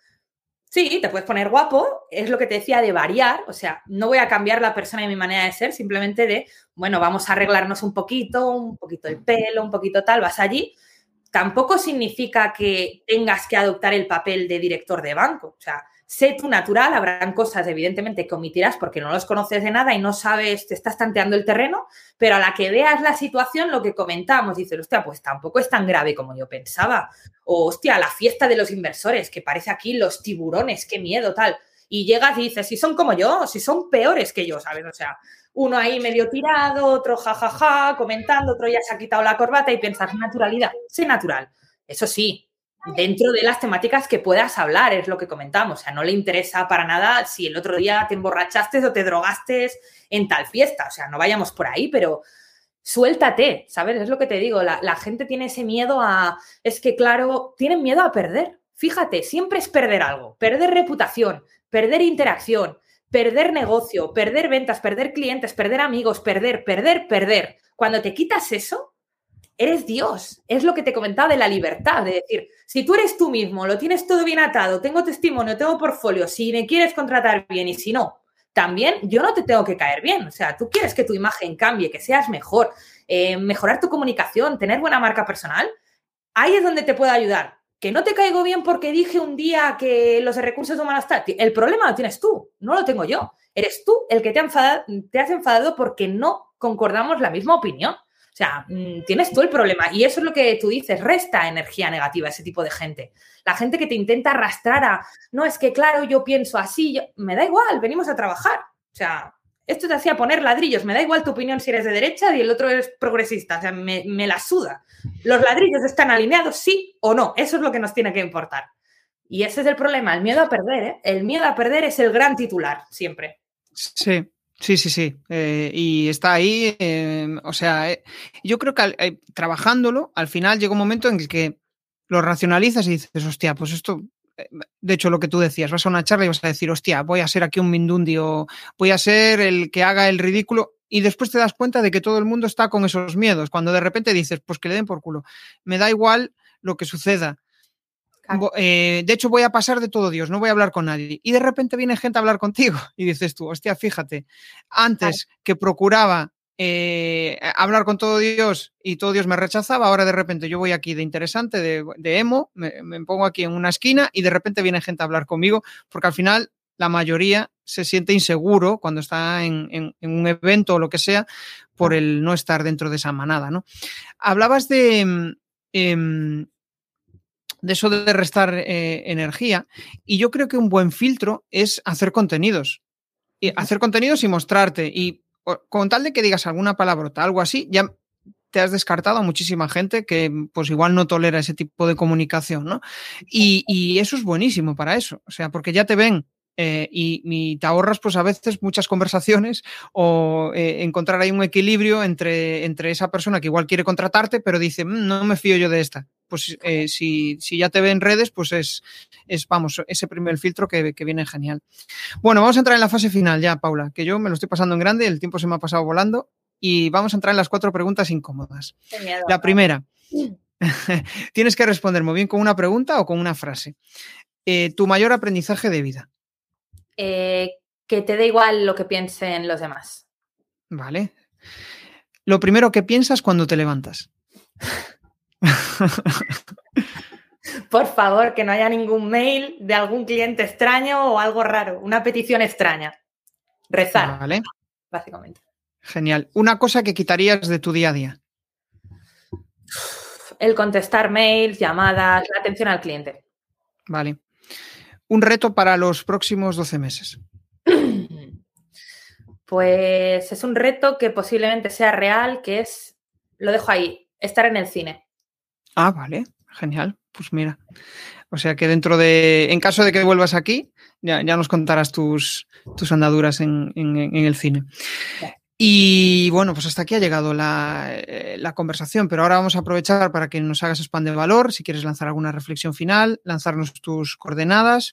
Sí, te puedes poner guapo, es lo que te decía de variar, o sea, no voy a cambiar la persona y mi manera de ser, simplemente de, bueno, vamos a arreglarnos un poquito, un poquito el pelo, un poquito tal, vas allí. Tampoco significa que tengas que adoptar el papel de director de banco, o sea, sé tú natural, habrán cosas evidentemente que omitirás porque no los conoces de nada y no sabes, te estás tanteando el terreno, pero a la que veas la situación, lo que comentamos, dices, hostia, pues tampoco es tan grave como yo pensaba. O, hostia, la fiesta de los inversores, que parece aquí los tiburones, qué miedo, tal. Y llegas y dices, si son como yo, si son peores que yo, ¿sabes? O sea, uno ahí medio tirado, otro jajaja, ja, ja, comentando, otro ya se ha quitado la corbata y piensas, naturalidad, sé natural. Eso sí, dentro de las temáticas que puedas hablar, es lo que comentamos. O sea, no le interesa para nada si el otro día te emborrachaste o te drogaste en tal fiesta. O sea, no vayamos por ahí, pero suéltate, ¿sabes? Es lo que te digo. La, la gente tiene ese miedo a... Es que, claro, tienen miedo a perder. Fíjate, siempre es perder algo. Perder reputación, perder interacción, perder negocio, perder ventas, perder clientes, perder amigos, perder, perder, perder. Cuando te quitas eso, eres Dios. Es lo que te comentaba de la libertad, de decir, si tú eres tú mismo, lo tienes todo bien atado, tengo testimonio, tengo portfolio, si me quieres contratar bien y si no, también yo no te tengo que caer bien. O sea, tú quieres que tu imagen cambie, que seas mejor, eh, mejorar tu comunicación, tener buena marca personal, ahí es donde te puedo ayudar. Que no te caigo bien porque dije un día que los recursos humanos están. El problema lo tienes tú, no lo tengo yo. Eres tú el que te, ha enfadado, te has enfadado porque no concordamos la misma opinión. O sea, tienes tú el problema y eso es lo que tú dices, resta energía negativa a ese tipo de gente. La gente que te intenta arrastrar a, no, es que claro, yo pienso así, yo... me da igual, venimos a trabajar. O sea, esto te hacía poner ladrillos, me da igual tu opinión si eres de derecha y el otro es progresista, o sea, me, me la suda. ¿Los ladrillos están alineados, sí o no? Eso es lo que nos tiene que importar. Y ese es el problema, el miedo a perder, ¿eh? El miedo a perder es el gran titular, siempre. Sí. Sí, sí, sí. Eh, y está ahí. Eh, o sea, eh, yo creo que eh, trabajándolo, al final llega un momento en el que lo racionalizas y dices, hostia, pues esto. Eh, de hecho, lo que tú decías, vas a una charla y vas a decir, hostia, voy a ser aquí un mindundi o voy a ser el que haga el ridículo. Y después te das cuenta de que todo el mundo está con esos miedos. Cuando de repente dices, pues que le den por culo. Me da igual lo que suceda. Claro. Eh, de hecho, voy a pasar de todo Dios, no voy a hablar con nadie. Y de repente viene gente a hablar contigo y dices tú, hostia, fíjate, antes claro. que procuraba eh, hablar con todo Dios y todo Dios me rechazaba, ahora de repente yo voy aquí de interesante, de, de emo, me, me pongo aquí en una esquina y de repente viene gente a hablar conmigo, porque al final la mayoría se siente inseguro cuando está en, en, en un evento o lo que sea por el no estar dentro de esa manada, ¿no? Hablabas de... Eh, de eso de restar eh, energía, y yo creo que un buen filtro es hacer contenidos. Y hacer contenidos y mostrarte, y con tal de que digas alguna palabrota, algo así, ya te has descartado a muchísima gente que pues igual no tolera ese tipo de comunicación, ¿no? Y, y eso es buenísimo para eso, o sea, porque ya te ven eh, y, y te ahorras pues a veces muchas conversaciones o eh, encontrar ahí un equilibrio entre, entre esa persona que igual quiere contratarte, pero dice, mmm, no me fío yo de esta. Pues eh, si, si ya te ve en redes, pues es, es vamos, ese primer filtro que, que viene genial. Bueno, vamos a entrar en la fase final ya, Paula, que yo me lo estoy pasando en grande, el tiempo se me ha pasado volando y vamos a entrar en las cuatro preguntas incómodas. Miedo, la primera, tienes que responder muy bien con una pregunta o con una frase. Eh, tu mayor aprendizaje de vida. Eh, que te dé igual lo que piensen los demás. Vale. Lo primero que piensas cuando te levantas. Por favor, que no haya ningún mail de algún cliente extraño o algo raro, una petición extraña. Rezar, vale. Básicamente. Genial. Una cosa que quitarías de tu día a día. El contestar mails, llamadas, la atención al cliente. Vale. Un reto para los próximos doce meses. Pues es un reto que posiblemente sea real, que es, lo dejo ahí, estar en el cine. Ah, vale, genial. Pues mira, o sea que dentro de, en caso de que vuelvas aquí, ya, ya nos contarás tus, tus andaduras en, en, en el cine. Y bueno, pues hasta aquí ha llegado la, la conversación, pero ahora vamos a aprovechar para que nos hagas spam de valor, si quieres lanzar alguna reflexión final, lanzarnos tus coordenadas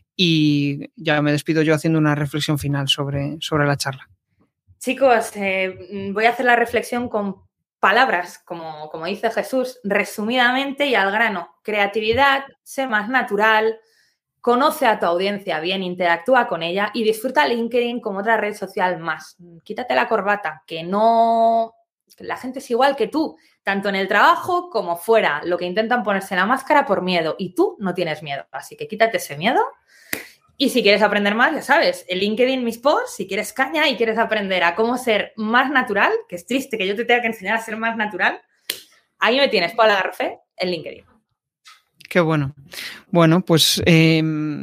y ya me despido yo haciendo una reflexión final sobre, sobre la charla. Chicos, eh, voy a hacer la reflexión con palabras, como, como dice Jesús, resumidamente y al grano. Creatividad, sé más natural, conoce a tu audiencia bien, interactúa con ella y disfruta LinkedIn como otra red social más. Quítate la corbata, que no... La gente es igual que tú, tanto en el trabajo como fuera. Lo que intentan ponerse la máscara por miedo y tú no tienes miedo. Así que quítate ese miedo. Y si quieres aprender más, ya sabes, en LinkedIn mis posts, si quieres caña y quieres aprender a cómo ser más natural, que es triste que yo te tenga que enseñar a ser más natural, ahí me tienes, Paula Garrofé, en LinkedIn. Qué bueno. Bueno, pues eh,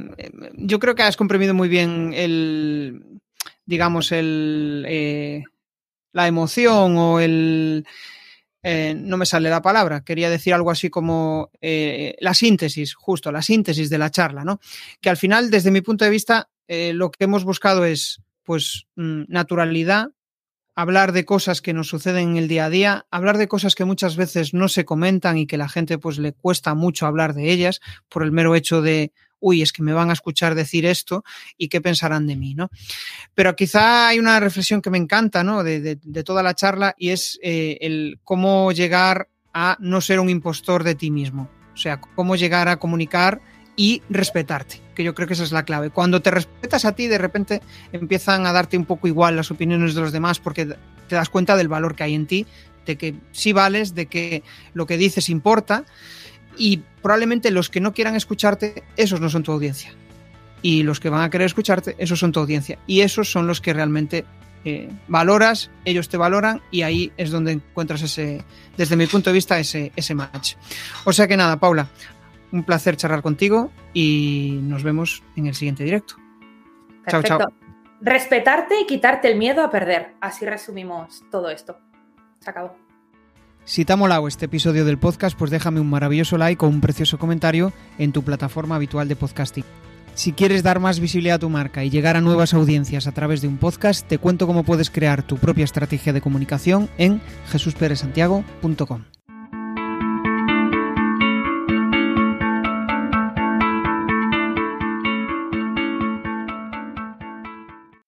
yo creo que has comprimido muy bien el, digamos, el, eh, la emoción o el... Eh, no me sale la palabra, quería decir algo así como eh, la síntesis, justo, la síntesis de la charla, ¿no? Que al final, desde mi punto de vista, eh, lo que hemos buscado es, pues, naturalidad, hablar de cosas que nos suceden en el día a día, hablar de cosas que muchas veces no se comentan y que la gente, pues, le cuesta mucho hablar de ellas por el mero hecho de, uy, es que me van a escuchar decir esto y qué pensarán de mí, ¿no? Pero quizá hay una reflexión que me encanta, ¿no? De, de, de toda la charla y es eh, el cómo llegar a no ser un impostor de ti mismo. O sea, cómo llegar a comunicar y respetarte, que yo creo que esa es la clave. Cuando te respetas a ti, de repente empiezan a darte un poco igual las opiniones de los demás porque te das cuenta del valor que hay en ti, de que sí vales, de que lo que dices importa. Y probablemente los que no quieran escucharte, esos no son tu audiencia. Y los que van a querer escucharte, esos son tu audiencia. Y esos son los que realmente eh, valoras, ellos te valoran y ahí es donde encuentras ese, desde mi punto de vista, ese, ese match. O sea que nada, Paula, un placer charlar contigo y nos vemos en el siguiente directo. Perfecto. Chao, chao. Respetarte y quitarte el miedo a perder. Así resumimos todo esto. Se acabó. Si te ha molado este episodio del podcast, pues déjame un maravilloso like o un precioso comentario en tu plataforma habitual de podcasting. Si quieres dar más visibilidad a tu marca y llegar a nuevas audiencias a través de un podcast, te cuento cómo puedes crear tu propia estrategia de comunicación en jesús pérez santiago punto com.